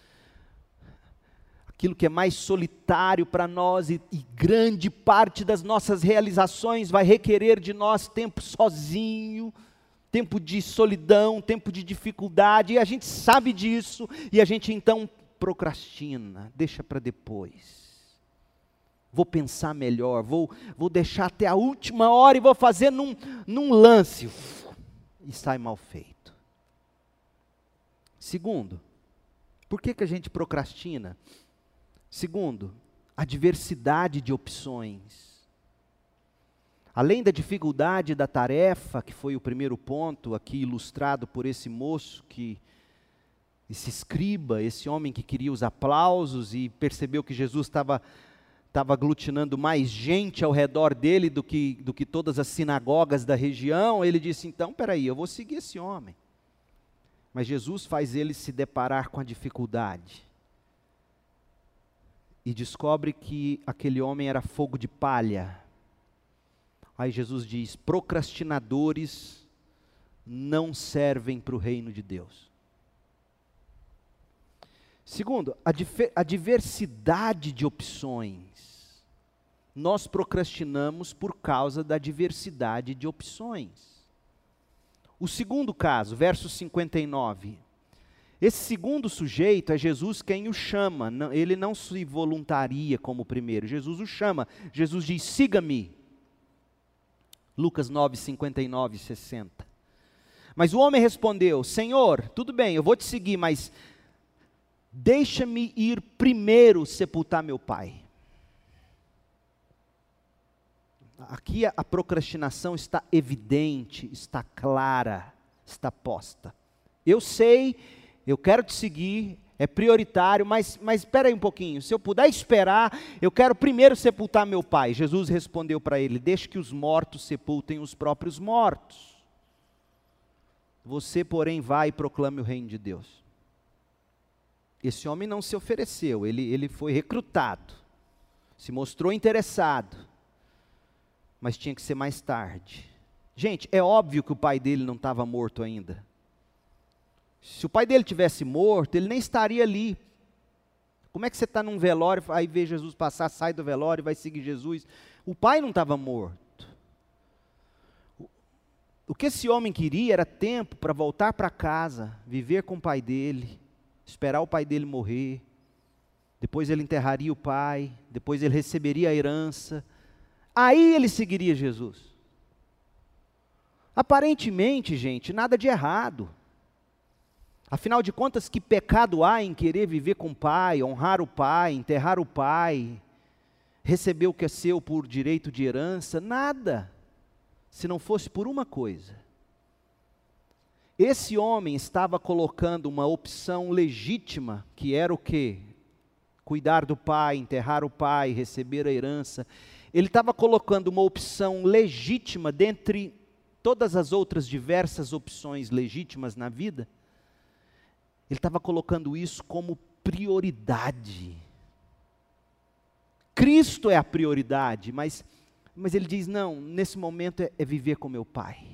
aquilo que é mais solitário para nós, e grande parte das nossas realizações vai requerer de nós tempo sozinho, tempo de solidão, tempo de dificuldade, e a gente sabe disso, e a gente então procrastina, deixa para depois. Vou pensar melhor, vou deixar até a última hora e vou fazer num lance. E sai mal feito. Segundo, por que a gente procrastina? Segundo, a diversidade de opções. Além da dificuldade da tarefa, que foi o primeiro ponto aqui ilustrado por esse moço, esse escriba, esse homem que queria os aplausos e percebeu que Jesus estava aglutinando mais gente ao redor dele do que todas as sinagogas da região, ele disse, então, peraí, eu vou seguir esse homem. Mas Jesus faz ele se deparar com a dificuldade. E descobre que aquele homem era fogo de palha. Aí Jesus diz, procrastinadores não servem para o reino de Deus. Segundo, a diversidade de opções. Nós procrastinamos por causa da diversidade de opções. O segundo caso, verso 59. Esse segundo sujeito é Jesus quem o chama, ele não se voluntaria como o primeiro, Jesus o chama, Jesus diz, siga-me. Lucas 9, 59 e 60. Mas o homem respondeu, Senhor, tudo bem, eu vou te seguir, mas deixa-me ir primeiro sepultar meu pai. Aqui a procrastinação está evidente, está clara, está posta. Eu sei, eu quero te seguir, é prioritário, mas espera aí um pouquinho, se eu puder esperar, eu quero primeiro sepultar meu pai. Jesus respondeu para ele, deixe que os mortos sepultem os próprios mortos. Você, porém, vai e proclame o reino de Deus. Esse homem não se ofereceu, ele foi recrutado, se mostrou interessado, mas tinha que ser mais tarde. Gente, é óbvio que o pai dele não estava morto ainda. Se o pai dele tivesse morto, ele nem estaria ali. Como é que você está num velório, aí vê Jesus passar, sai do velório e vai seguir Jesus? O pai não estava morto. O que esse homem queria era tempo para voltar para casa, viver com o pai dele, esperar o pai dele morrer, depois ele enterraria o pai, depois ele receberia a herança, aí ele seguiria Jesus. Aparentemente, gente, nada de errado. Afinal de contas, que pecado há em querer viver com o pai, honrar o pai, enterrar o pai, receber o que é seu por direito de herança? Nada, se não fosse por uma coisa. Esse homem estava colocando uma opção legítima, que era o quê? Cuidar do pai, enterrar o pai, receber a herança. Ele estava colocando uma opção legítima dentre todas as outras diversas opções legítimas na vida. Ele estava colocando isso como prioridade. Cristo é a prioridade, mas ele diz, não, nesse momento é viver com meu pai.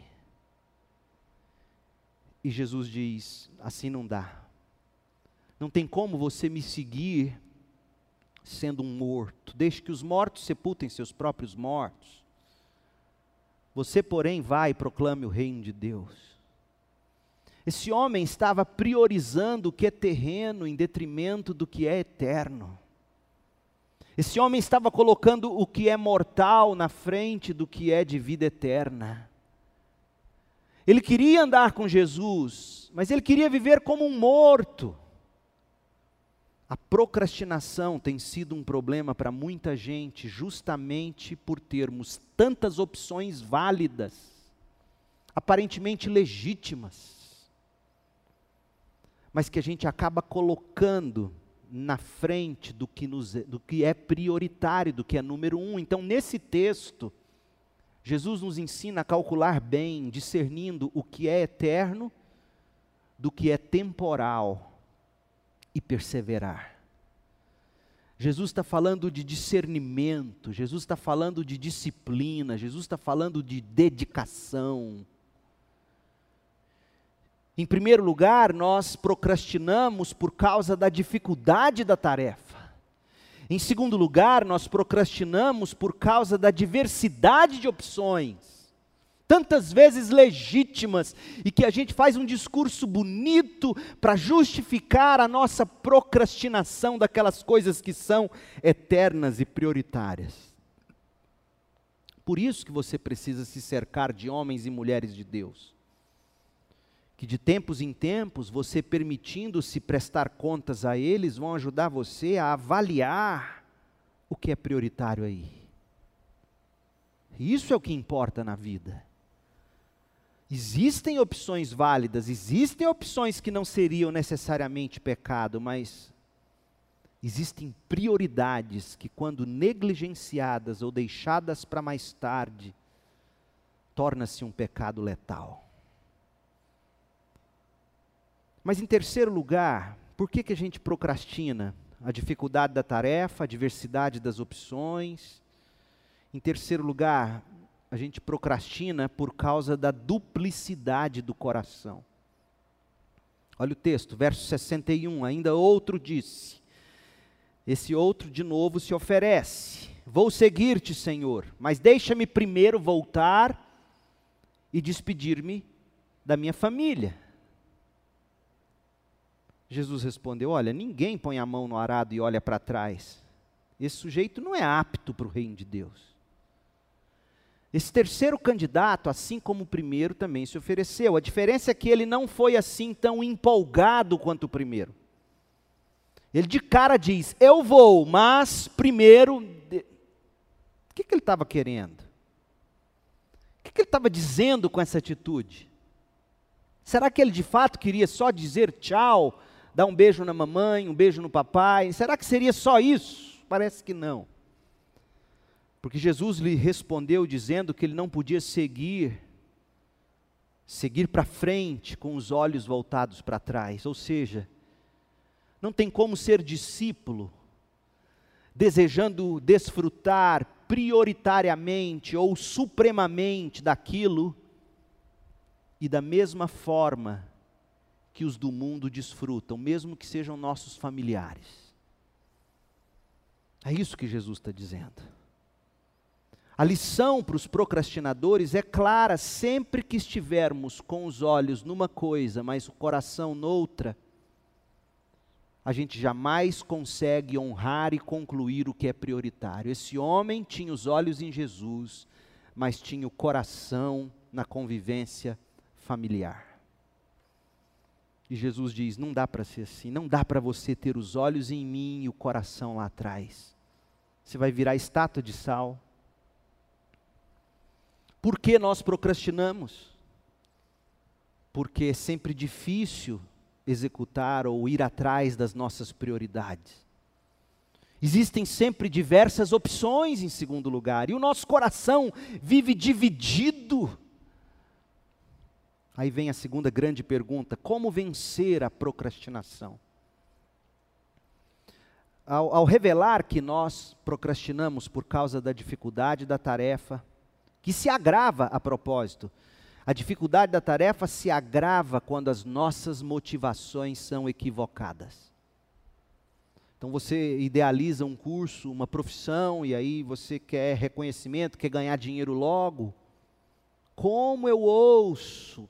E Jesus diz, assim não dá. Não tem como você me seguir sendo um morto. Deixe que os mortos sepultem seus próprios mortos. Você, porém, vai e proclame o reino de Deus. Esse homem estava priorizando o que é terreno em detrimento do que é eterno. Esse homem estava colocando o que é mortal na frente do que é de vida eterna. Ele queria andar com Jesus, mas ele queria viver como um morto. A procrastinação tem sido um problema para muita gente, justamente por termos tantas opções válidas, aparentemente legítimas, mas que a gente acaba colocando na frente do que é prioritário, do que é número um. Então, nesse texto, Jesus nos ensina a calcular bem, discernindo o que é eterno do que é temporal e perseverar. Jesus está falando de discernimento, Jesus está falando de disciplina, Jesus está falando de dedicação. Em primeiro lugar, nós procrastinamos por causa da dificuldade da tarefa. Em segundo lugar, nós procrastinamos por causa da diversidade de opções, tantas vezes legítimas, e que a gente faz um discurso bonito para justificar a nossa procrastinação daquelas coisas que são eternas e prioritárias. Por isso que você precisa se cercar de homens e mulheres de Deus, que de tempos em tempos, você permitindo-se prestar contas a eles, vão ajudar você a avaliar o que é prioritário aí. Isso é o que importa na vida. Existem opções válidas, existem opções que não seriam necessariamente pecado, mas existem prioridades que, quando negligenciadas ou deixadas para mais tarde, torna-se um pecado letal. Mas em terceiro lugar, por que a gente procrastina? A dificuldade da tarefa, a diversidade das opções. Em terceiro lugar, a gente procrastina por causa da duplicidade do coração. Olha o texto, verso 61, ainda outro disse. Esse outro de novo se oferece. Vou seguir-te, Senhor, mas deixa-me primeiro voltar e despedir-me da minha família. Jesus respondeu, olha, ninguém põe a mão no arado e olha para trás. Esse sujeito não é apto para o reino de Deus. Esse terceiro candidato, assim como o primeiro, também se ofereceu. A diferença é que ele não foi assim tão empolgado quanto o primeiro. Ele de cara diz, eu vou, mas primeiro... O que ele estava querendo? O que ele estava dizendo com essa atitude? Será que ele de fato queria só dizer tchau, dar um beijo na mamãe, um beijo no papai? Será que seria só isso? Parece que não. Porque Jesus lhe respondeu dizendo que ele não podia seguir para frente com os olhos voltados para trás. Ou seja, não tem como ser discípulo desejando desfrutar prioritariamente ou supremamente daquilo e da mesma forma que os do mundo desfrutam, mesmo que sejam nossos familiares. É isso que Jesus está dizendo. A lição para os procrastinadores é clara: sempre que estivermos com os olhos numa coisa, mas o coração noutra, a gente jamais consegue honrar e concluir o que é prioritário. Esse homem tinha os olhos em Jesus, mas tinha o coração na convivência familiar. E Jesus diz, não dá para ser assim, não dá para você ter os olhos em mim e o coração lá atrás. Você vai virar estátua de sal. Por que nós procrastinamos? Porque é sempre difícil executar ou ir atrás das nossas prioridades. Existem sempre diversas opções em segundo lugar, e o nosso coração vive dividido. Aí vem a segunda grande pergunta: como vencer a procrastinação? Ao revelar que nós procrastinamos por causa da dificuldade da tarefa, que se agrava a propósito, a dificuldade da tarefa se agrava quando as nossas motivações são equivocadas. Então você idealiza um curso, uma profissão, e aí você quer reconhecimento, quer ganhar dinheiro logo. Como eu ouço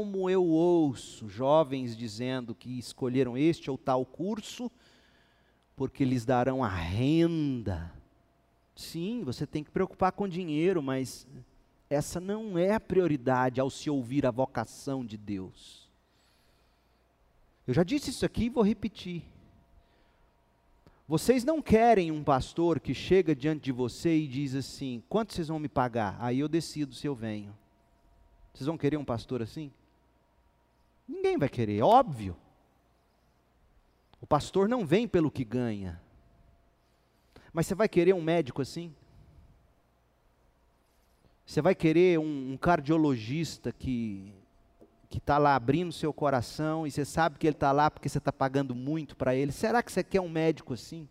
jovens dizendo que escolheram este ou tal curso, porque lhes darão a renda. Sim, você tem que preocupar com dinheiro, mas essa não é a prioridade ao se ouvir a vocação de Deus. Eu já disse isso aqui e vou repetir. Vocês não querem um pastor que chega diante de você e diz assim, quanto vocês vão me pagar? Aí eu decido se eu venho. Vocês vão querer um pastor assim? Ninguém vai querer, óbvio. O pastor não vem pelo que ganha. Mas você vai querer um médico assim? Você vai querer um cardiologista que está lá abrindo seu coração e você sabe que ele está lá porque você está pagando muito para ele. Será que você quer um médico assim?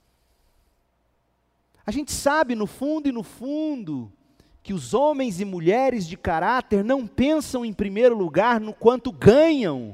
A gente sabe no fundo e no fundo que os homens e mulheres de caráter não pensam em primeiro lugar no quanto ganham,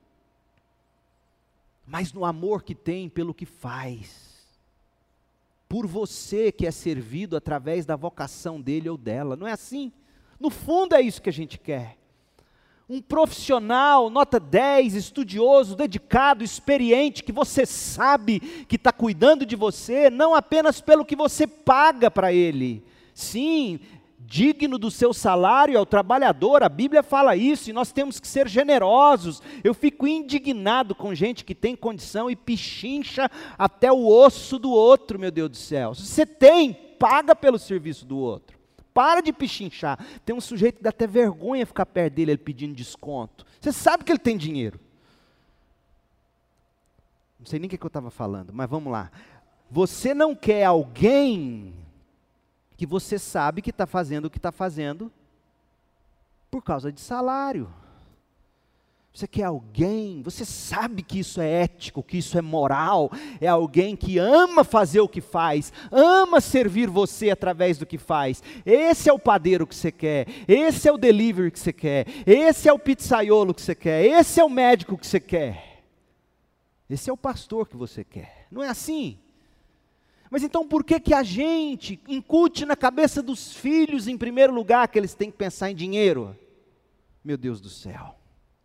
mas no amor que tem pelo que faz, por você que é servido através da vocação dele ou dela. Não é assim? No fundo é isso que a gente quer. Um profissional, nota 10, estudioso, dedicado, experiente, que você sabe que está cuidando de você, não apenas pelo que você paga para ele. Sim, digno do seu salário ao trabalhador, a Bíblia fala isso, e nós temos que ser generosos. Eu fico indignado com gente que tem condição e pichincha até o osso do outro, meu Deus do céu. Se você tem, paga pelo serviço do outro. Para de pichinchar. Tem um sujeito que dá até vergonha ficar perto dele, ele pedindo desconto. Você sabe que ele tem dinheiro. Não sei nem o que eu estava falando, mas vamos lá. Você não quer alguém que você sabe que está fazendo o que está fazendo por causa de salário. Você quer alguém, você sabe que isso é ético, que isso é moral, é alguém que ama fazer o que faz, ama servir você através do que faz. Esse é o padeiro que você quer, esse é o delivery que você quer, esse é o pizzaiolo que você quer, esse é o médico que você quer, esse é o pastor que você quer. Não é assim? Mas então por que a gente incute na cabeça dos filhos, em primeiro lugar, que eles têm que pensar em dinheiro? Meu Deus do céu.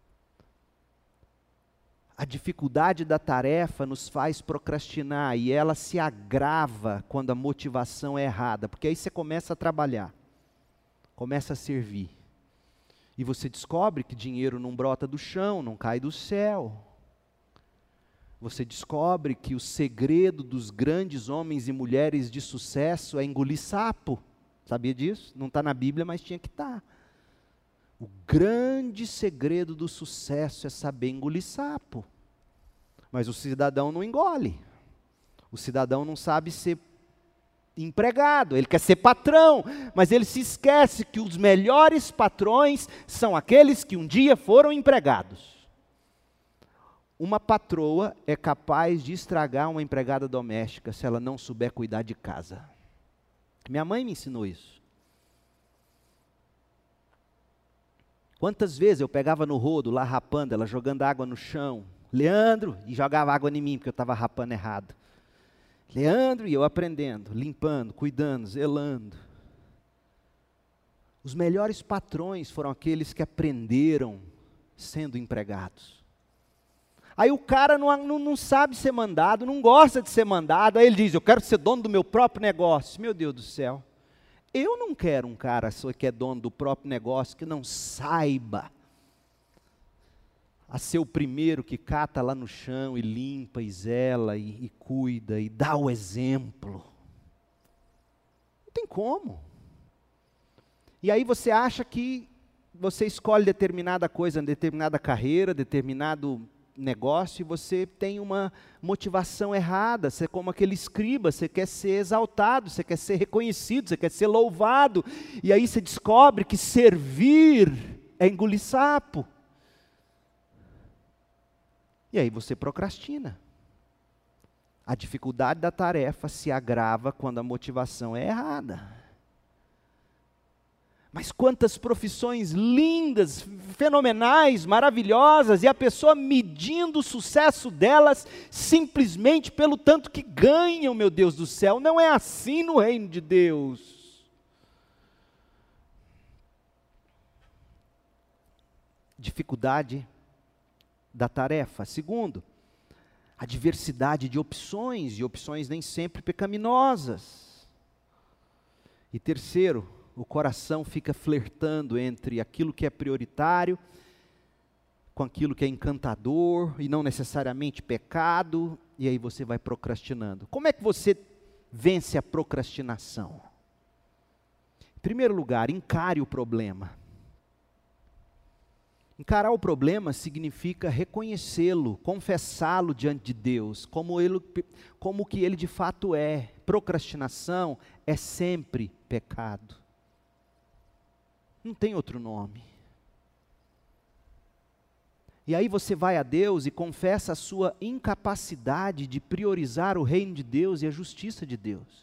A dificuldade da tarefa nos faz procrastinar e ela se agrava quando a motivação é errada, porque aí você começa a trabalhar, começa a servir, e você descobre que dinheiro não brota do chão, não cai do céu. Você descobre que o segredo dos grandes homens e mulheres de sucesso é engolir sapo. Sabia disso? Não está na Bíblia, mas tinha que estar. O grande segredo do sucesso é saber engolir sapo. Mas o cidadão não engole. O cidadão não sabe ser empregado, ele quer ser patrão, mas ele se esquece que os melhores patrões são aqueles que um dia foram empregados. Uma patroa é capaz de estragar uma empregada doméstica se ela não souber cuidar de casa. Minha mãe me ensinou isso. Quantas vezes eu pegava no rodo, lá rapando, ela jogando água no chão, Leandro, e jogava água em mim, porque eu estava rapando errado. Leandro, e eu aprendendo, limpando, cuidando, zelando. Os melhores patrões foram aqueles que aprenderam sendo empregados. Aí o cara não sabe ser mandado, não gosta de ser mandado, aí ele diz, eu quero ser dono do meu próprio negócio. Meu Deus do céu. Eu não quero um cara que é dono do próprio negócio, que não saiba a ser o primeiro que cata lá no chão e limpa e zela e cuida e dá o exemplo. Não tem como. E aí você acha que você escolhe determinada coisa, determinada carreira, determinado negócio, e você tem uma motivação errada. Você é como aquele escriba, você quer ser exaltado, você quer ser reconhecido, você quer ser louvado, e aí você descobre que servir é engolir sapo. E aí você procrastina. A dificuldade da tarefa se agrava quando a motivação é errada. Mas quantas profissões lindas, fenomenais, maravilhosas, e a pessoa medindo o sucesso delas simplesmente pelo tanto que ganham, meu Deus do céu. Não é assim no reino de Deus. Dificuldade da tarefa. Segundo, a diversidade de opções, e opções nem sempre pecaminosas. E terceiro, o coração fica flertando entre aquilo que é prioritário, com aquilo que é encantador, e não necessariamente pecado, e aí você vai procrastinando. Como é que você vence a procrastinação? Em primeiro lugar, encare o problema. Encarar o problema significa reconhecê-lo, confessá-lo diante de Deus, como que ele de fato é. Procrastinação é sempre pecado. Não tem outro nome. E aí você vai a Deus e confessa a sua incapacidade de priorizar o reino de Deus e a justiça de Deus.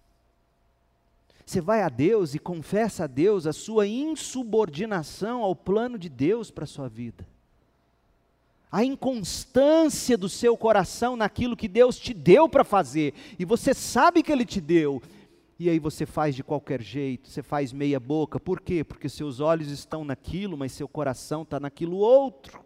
Você vai a Deus e confessa a Deus a sua insubordinação ao plano de Deus para a sua vida. A inconstância do seu coração naquilo que Deus te deu para fazer, e você sabe que Ele te deu, e aí você faz de qualquer jeito, você faz meia boca. Por quê? Porque seus olhos estão naquilo, mas seu coração está naquilo outro.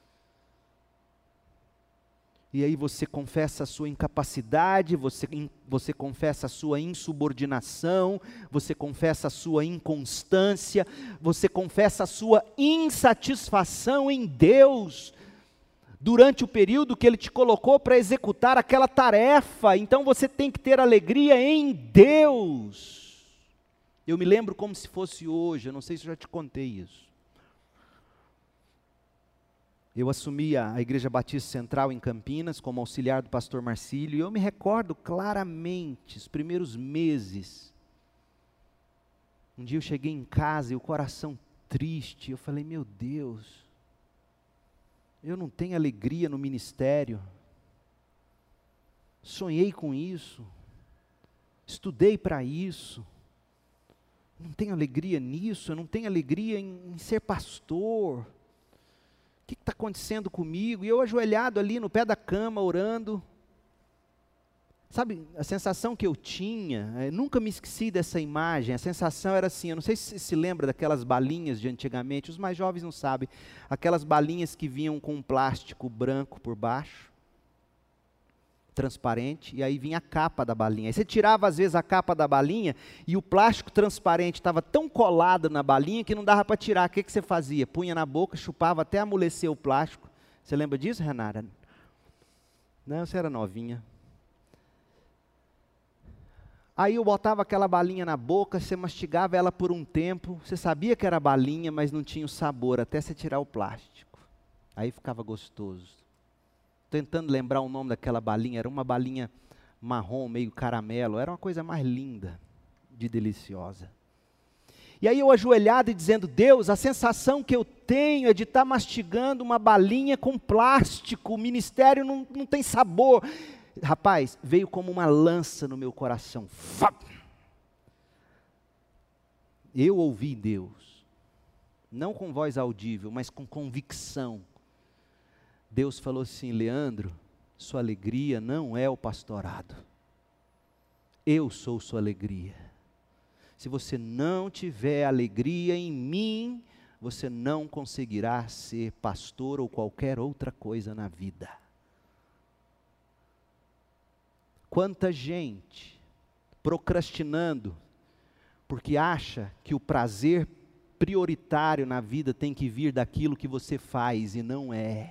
E aí você confessa a sua incapacidade, você confessa a sua insubordinação, você confessa a sua inconstância, você confessa a sua insatisfação em Deus, durante o período que Ele te colocou para executar aquela tarefa. Então você tem que ter alegria em Deus. Eu me lembro como se fosse hoje, eu não sei se eu já te contei isso. Eu assumi a Igreja Batista Central em Campinas como auxiliar do pastor Marcílio, e eu me recordo claramente, os primeiros meses. Um dia eu cheguei em casa e o coração triste, eu falei, meu Deus, eu não tenho alegria no ministério. Sonhei com isso, estudei para isso, não tenho alegria nisso, eu não tenho alegria em ser pastor. O que está acontecendo comigo? E eu ajoelhado ali no pé da cama, orando. Sabe, a sensação que eu tinha, nunca me esqueci dessa imagem, a sensação era assim, eu não sei se você se lembra daquelas balinhas de antigamente, os mais jovens não sabem, aquelas balinhas que vinham com um plástico branco por baixo, transparente, e aí vinha a capa da balinha. Aí você tirava às vezes a capa da balinha e o plástico transparente estava tão colado na balinha que não dava para tirar. O que você fazia? Punha na boca, chupava até amolecer o plástico. Você lembra disso, Renata? Não, você era novinha. Aí eu botava aquela balinha na boca, você mastigava ela por um tempo, você sabia que era balinha, mas não tinha o sabor, até você tirar o plástico. Aí ficava gostoso. Tentando lembrar o nome daquela balinha, era uma balinha marrom, meio caramelo, era uma coisa mais linda, de deliciosa. E aí eu ajoelhado e dizendo, Deus, a sensação que eu tenho é de estar mastigando uma balinha com plástico, o ministério não tem sabor. Rapaz, veio como uma lança no meu coração. Eu ouvi Deus, não com voz audível, mas com convicção. Deus falou assim, Leandro, sua alegria não é o pastorado. Eu sou sua alegria. Se você não tiver alegria em mim, você não conseguirá ser pastor ou qualquer outra coisa na vida. Quanta gente procrastinando, porque acha que o prazer prioritário na vida tem que vir daquilo que você faz, e não é.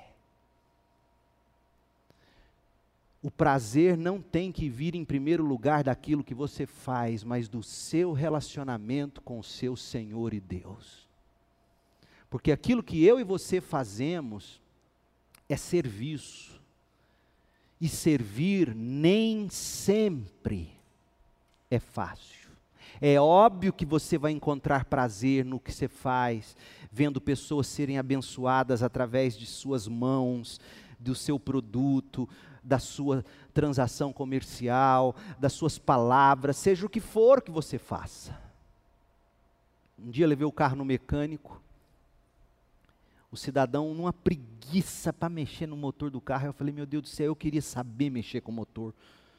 O prazer não tem que vir em primeiro lugar daquilo que você faz, mas do seu relacionamento com o seu Senhor e Deus. Porque aquilo que eu e você fazemos é serviço. E servir nem sempre é fácil. É óbvio que você vai encontrar prazer no que você faz, vendo pessoas serem abençoadas através de suas mãos, do seu produto, da sua transação comercial, das suas palavras, seja o que for que você faça. Um dia eu levei o carro no mecânico, o cidadão numa preguiça para mexer no motor do carro, eu falei, meu Deus do céu, eu queria saber mexer com o motor.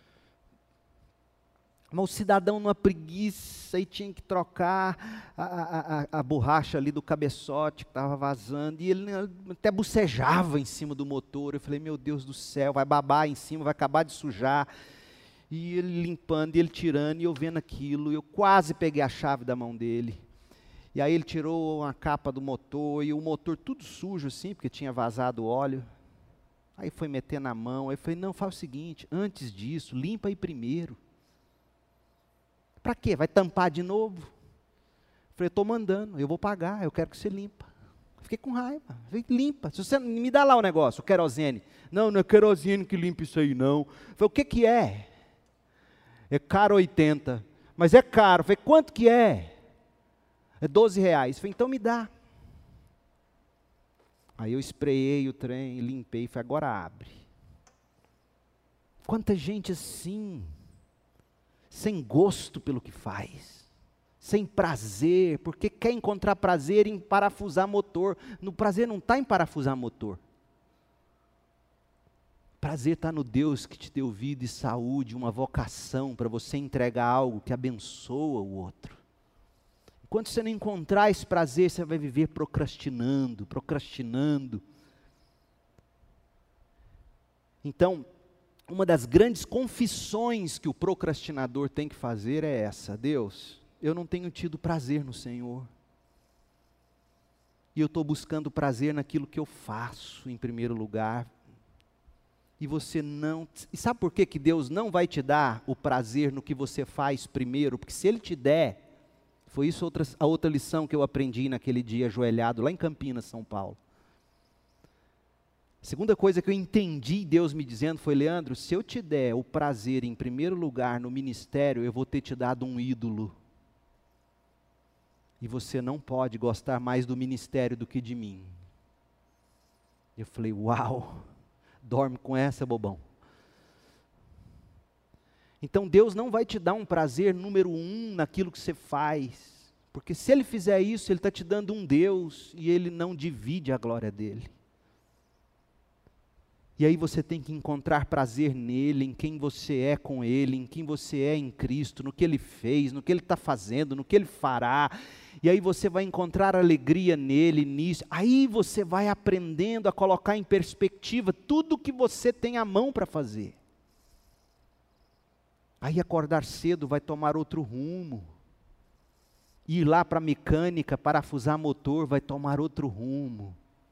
Mas o cidadão numa preguiça e tinha que trocar a borracha ali do cabeçote que estava vazando, e ele até bocejava em cima do motor. Eu falei, meu Deus do céu, vai babar em cima, vai acabar de sujar. E ele limpando, e ele tirando, e eu vendo aquilo, eu quase peguei a chave da mão dele. E aí ele tirou uma capa do motor, e o motor tudo sujo assim, porque tinha vazado o óleo. Aí foi meter na mão, aí eu falei, não, faz o seguinte, antes disso, limpa aí primeiro. Para quê? Vai tampar de novo? Eu falei, estou mandando, eu vou pagar, eu quero que você limpa. Fiquei com raiva, falei, limpa, se você me dá lá o negócio, o querosene. Não, não é querosene que limpa isso aí não. Eu falei, o que é? É caro 80, mas é caro. Eu falei, quanto que é? É R$12. Eu falei, então me dá. Aí eu espraiei o trem, limpei e falei, agora abre. Quanta gente assim, sem gosto pelo que faz, sem prazer, porque quer encontrar prazer em parafusar motor. No prazer não está em parafusar motor. Prazer está no Deus que te deu vida e saúde, uma vocação para você entregar algo que abençoa o outro. Enquanto você não encontrar esse prazer, você vai viver procrastinando. Então, uma das grandes confissões que o procrastinador tem que fazer é essa: Deus, eu não tenho tido prazer no Senhor. E eu estou buscando prazer naquilo que eu faço em primeiro lugar. E você não... E sabe por que Deus não vai te dar o prazer no que você faz primeiro? Porque se Ele te der... Foi isso a outra lição que eu aprendi naquele dia ajoelhado, lá em Campinas, São Paulo. A segunda coisa que eu entendi Deus me dizendo foi: Leandro, se eu te der o prazer em primeiro lugar no ministério, eu vou ter te dado um ídolo. E você não pode gostar mais do ministério do que de mim. Eu falei, uau, dorme com essa, bobão. Então Deus não vai te dar um prazer número 1 naquilo que você faz, porque se Ele fizer isso, Ele está te dando um Deus, e Ele não divide a glória dEle. E aí você tem que encontrar prazer nele, em quem você é com Ele, em quem você é em Cristo, no que Ele fez, no que Ele está fazendo, no que Ele fará. E aí você vai encontrar alegria nele, nisso. Aí você vai aprendendo a colocar em perspectiva tudo que você tem à mão para fazer. Aí acordar cedo vai tomar outro rumo. Ir lá para a mecânica, parafusar motor, vai tomar outro rumo.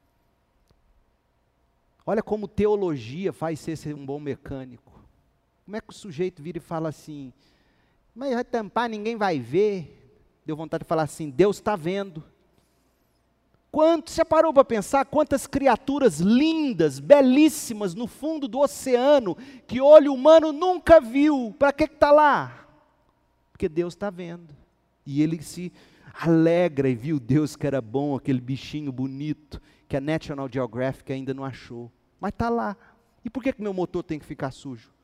Olha como teologia faz você ser um bom mecânico. Como é que o sujeito vira e fala assim, mas vai tampar, ninguém vai ver. Deu vontade de falar assim, Deus está vendo. Você parou para pensar quantas criaturas lindas, belíssimas, no fundo do oceano, que olho humano nunca viu, para que está lá? Porque Deus está vendo, e ele se alegra e viu Deus que era bom, aquele bichinho bonito, que a National Geographic ainda não achou, mas está lá. E por que meu motor tem que ficar sujo?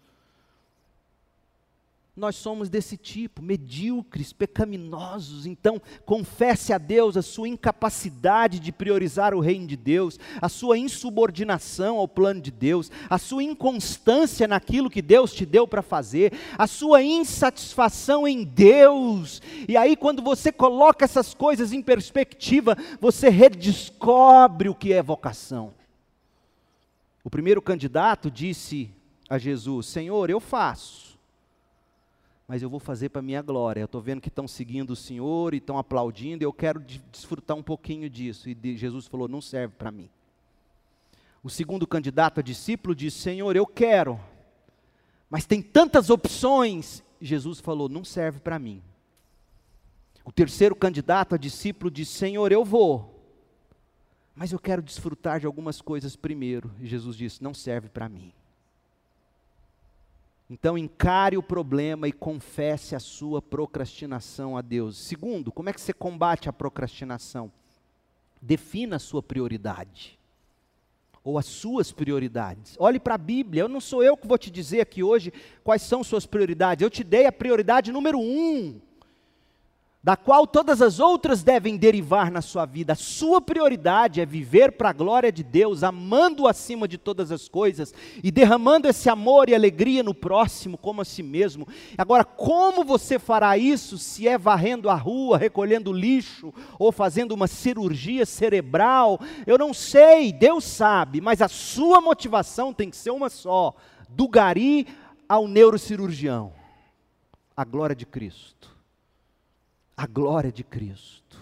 Nós somos desse tipo, medíocres, pecaminosos. Então confesse a Deus a sua incapacidade de priorizar o reino de Deus, a sua insubordinação ao plano de Deus, a sua inconstância naquilo que Deus te deu para fazer, a sua insatisfação em Deus. E aí quando você coloca essas coisas em perspectiva, você redescobre o que é vocação. O primeiro candidato disse a Jesus, Senhor, eu faço, mas eu vou fazer para a minha glória. Eu estou vendo que estão seguindo o Senhor e estão aplaudindo, e eu quero desfrutar um pouquinho disso. E Jesus falou, não serve para mim. O segundo candidato a discípulo disse, Senhor, eu quero, mas tem tantas opções. Jesus falou, não serve para mim. O terceiro candidato a discípulo disse, Senhor, eu vou, mas eu quero desfrutar de algumas coisas primeiro. E Jesus disse, não serve para mim. Então encare o problema e confesse a sua procrastinação a Deus. Segundo, como é que você combate a procrastinação? Defina a sua prioridade, ou as suas prioridades. Olhe para a Bíblia, não sou eu que vou te dizer aqui hoje quais são suas prioridades. Eu te dei a prioridade número 1, da qual todas as outras devem derivar na sua vida. A sua prioridade é viver para a glória de Deus, amando-o acima de todas as coisas, e derramando esse amor e alegria no próximo como a si mesmo. Agora, como você fará isso, se é varrendo a rua, recolhendo lixo, ou fazendo uma cirurgia cerebral? Eu não sei, Deus sabe, mas a sua motivação tem que ser uma só, do gari ao neurocirurgião, a glória de Cristo. A glória de Cristo.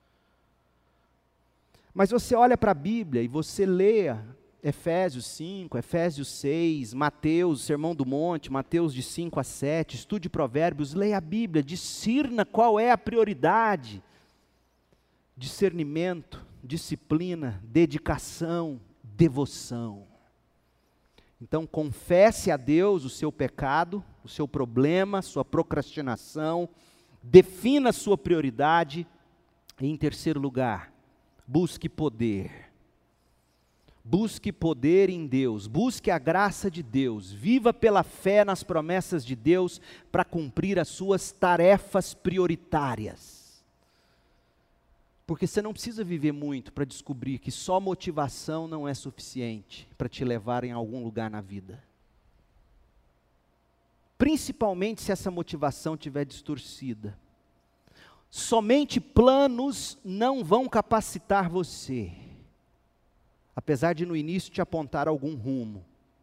Mas você olha para a Bíblia e você lê Efésios 5, Efésios 6, Mateus, Sermão do Monte, Mateus de 5 a 7, estude Provérbios, leia a Bíblia, discirna qual é a prioridade. Discernimento, disciplina, dedicação, devoção. Então confesse a Deus o seu pecado, o seu problema, sua procrastinação, defina a sua prioridade E em terceiro lugar, busque poder. Busque poder em Deus, busque a graça de Deus, viva pela fé nas promessas de Deus para cumprir as suas tarefas prioritárias. Porque você não precisa viver muito para descobrir que só motivação não é suficiente para te levar em algum lugar na vida. Principalmente se essa motivação estiver distorcida. Somente planos não vão capacitar você. Apesar de no início te apontar algum rumo.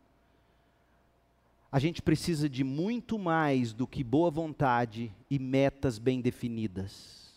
A gente precisa de muito mais do que boa vontade e metas bem definidas.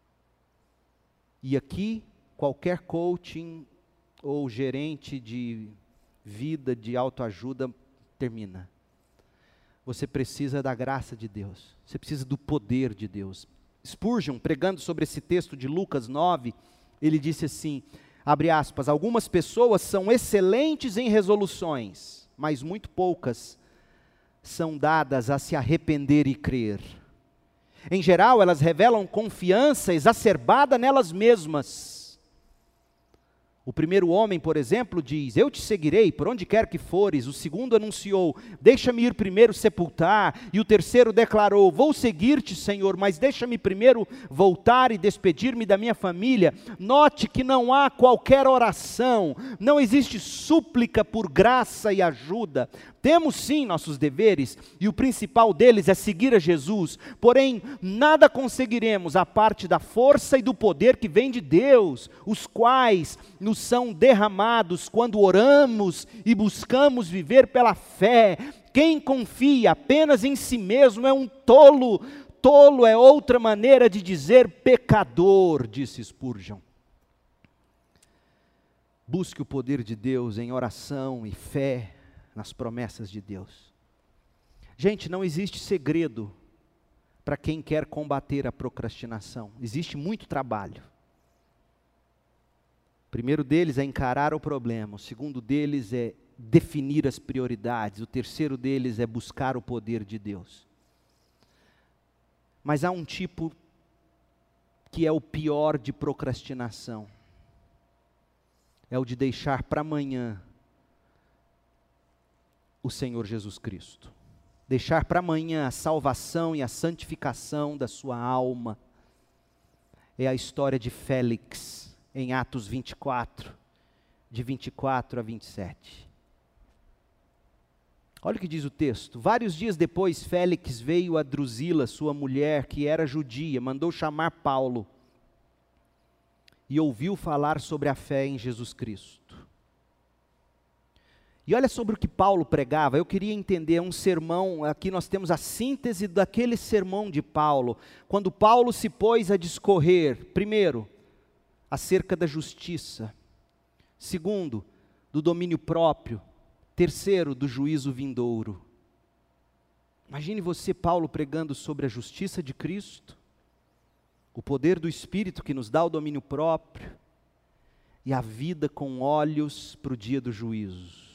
E aqui, qualquer coaching ou gerente de vida, de autoajuda, termina. Você precisa da graça de Deus. Você precisa do poder de Deus. Spurgeon, pregando sobre esse texto de Lucas 9, ele disse assim, abre aspas, algumas pessoas são excelentes em resoluções, mas muito poucas são dadas a se arrepender e crer. Em geral, elas revelam confiança exacerbada nelas mesmas. O primeiro homem, por exemplo, diz, eu te seguirei por onde quer que fores. O segundo anunciou, deixa-me ir primeiro sepultar. E o terceiro declarou, vou seguir-te, Senhor, mas deixa-me primeiro voltar e despedir-me da minha família. Note que não há qualquer oração, não existe súplica por graça e ajuda. Temos sim nossos deveres, e o principal deles é seguir a Jesus, porém nada conseguiremos a parte da força e do poder que vem de Deus, os quais nos são derramados quando oramos e buscamos viver pela fé. Quem confia apenas em si mesmo é um tolo, tolo é outra maneira de dizer pecador, disse Spurgeon. Busque o poder de Deus em oração e fé, nas promessas de Deus. Gente, não existe segredo para quem quer combater a procrastinação. Existe muito trabalho. O primeiro deles é encarar o problema. O segundo deles é definir as prioridades. O terceiro deles é buscar o poder de Deus. Mas há um tipo que é o pior de procrastinação. É o de deixar para amanhã o Senhor Jesus Cristo. Deixar para amanhã a salvação e a santificação da sua alma. É a história de Félix, em Atos 24, de 24 a 27. Olha o que diz o texto. Vários dias depois, Félix veio a Drusila, sua mulher, que era judia, mandou chamar Paulo, e ouviu falar sobre a fé em Jesus Cristo. E olha sobre o que Paulo pregava, eu queria entender um sermão, aqui nós temos a síntese daquele sermão de Paulo, quando Paulo se pôs a discorrer, primeiro, acerca da justiça, segundo, do domínio próprio, terceiro, do juízo vindouro. Imagine você, Paulo, pregando sobre a justiça de Cristo, o poder do Espírito que nos dá o domínio próprio, e a vida com olhos para o dia do juízo.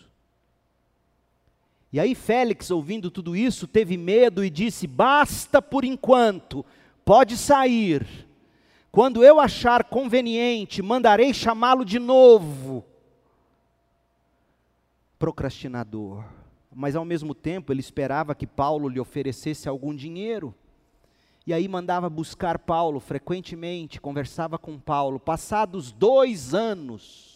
E aí Félix, ouvindo tudo isso, teve medo e disse, basta por enquanto, pode sair. Quando eu achar conveniente, mandarei chamá-lo de novo. Procrastinador. Mas ao mesmo tempo ele esperava que Paulo lhe oferecesse algum dinheiro. E aí mandava buscar Paulo frequentemente, conversava com Paulo. Passados 2 anos,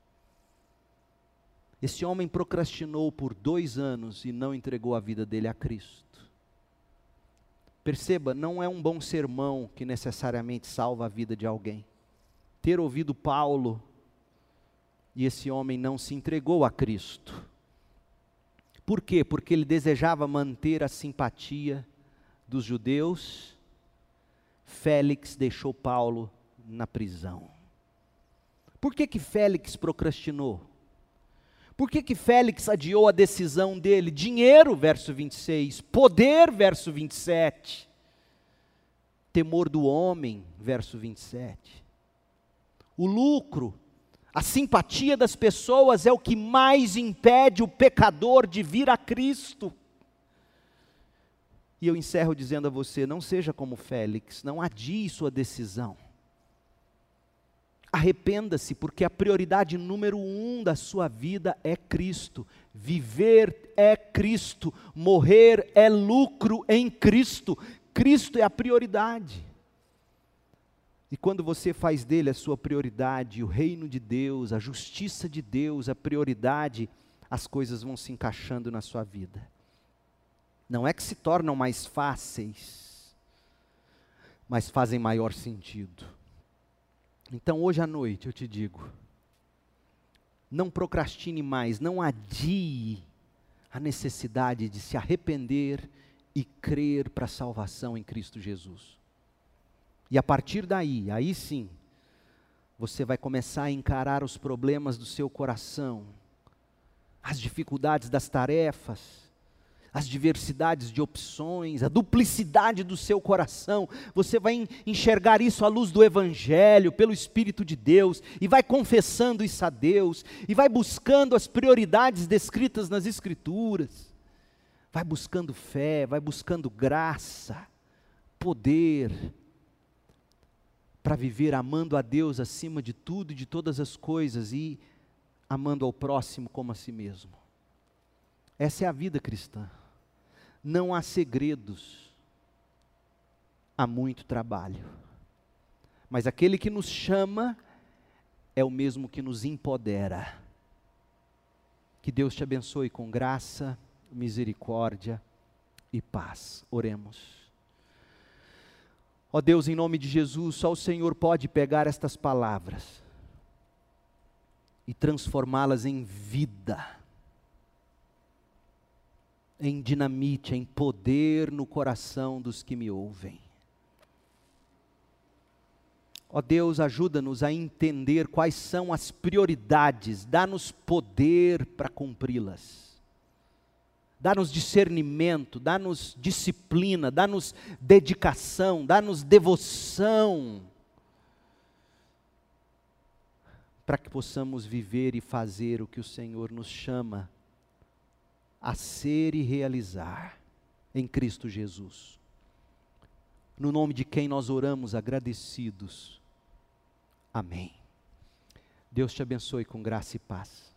esse homem procrastinou por 2 anos e não entregou a vida dele a Cristo. Perceba, não é um bom sermão que necessariamente salva a vida de alguém. Ter ouvido Paulo e esse homem não se entregou a Cristo. Por quê? Porque ele desejava manter a simpatia dos judeus. Félix deixou Paulo na prisão. Por que Félix procrastinou? Por que Félix adiou a decisão dele? Dinheiro, verso 26. Poder, verso 27. Temor do homem, verso 27. O lucro, a simpatia das pessoas é o que mais impede o pecador de vir a Cristo. E eu encerro dizendo a você, não seja como Félix, não adie sua decisão. arrependa-se, porque a prioridade número 1 da sua vida é Cristo. Viver é Cristo, morrer é lucro em Cristo. Cristo é a prioridade. E quando você faz dele a sua prioridade, o reino de Deus, a justiça de Deus, a prioridade, as coisas vão se encaixando na sua vida. Não é que se tornam mais fáceis, mas fazem maior sentido. Então hoje à noite eu te digo, não procrastine mais, não adie a necessidade de se arrepender e crer para a salvação em Cristo Jesus. E a partir daí, aí sim, você vai começar a encarar os problemas do seu coração, as dificuldades das tarefas, as diversidades de opções, a duplicidade do seu coração. Você vai enxergar isso à luz do Evangelho, pelo Espírito de Deus, e vai confessando isso a Deus, e vai buscando as prioridades descritas nas Escrituras. Vai buscando fé, vai buscando graça, poder, para viver amando a Deus acima de tudo e de todas as coisas, e amando ao próximo como a si mesmo. Essa é a vida cristã. Não há segredos, há muito trabalho. Mas aquele que nos chama é o mesmo que nos empodera. Que Deus te abençoe com graça, misericórdia e paz. Oremos. Ó Deus, em nome de Jesus, só o Senhor pode pegar estas palavras e transformá-las em vida, em dinamite, em poder no coração dos que me ouvem. Ó Deus, ajuda-nos a entender quais são as prioridades, dá-nos poder para cumpri-las. Dá-nos discernimento, dá-nos disciplina, dá-nos dedicação, dá-nos devoção, para que possamos viver e fazer o que o Senhor nos chama a ser e realizar em Cristo Jesus. No nome de quem nós oramos agradecidos. Amém. Deus te abençoe com graça e paz.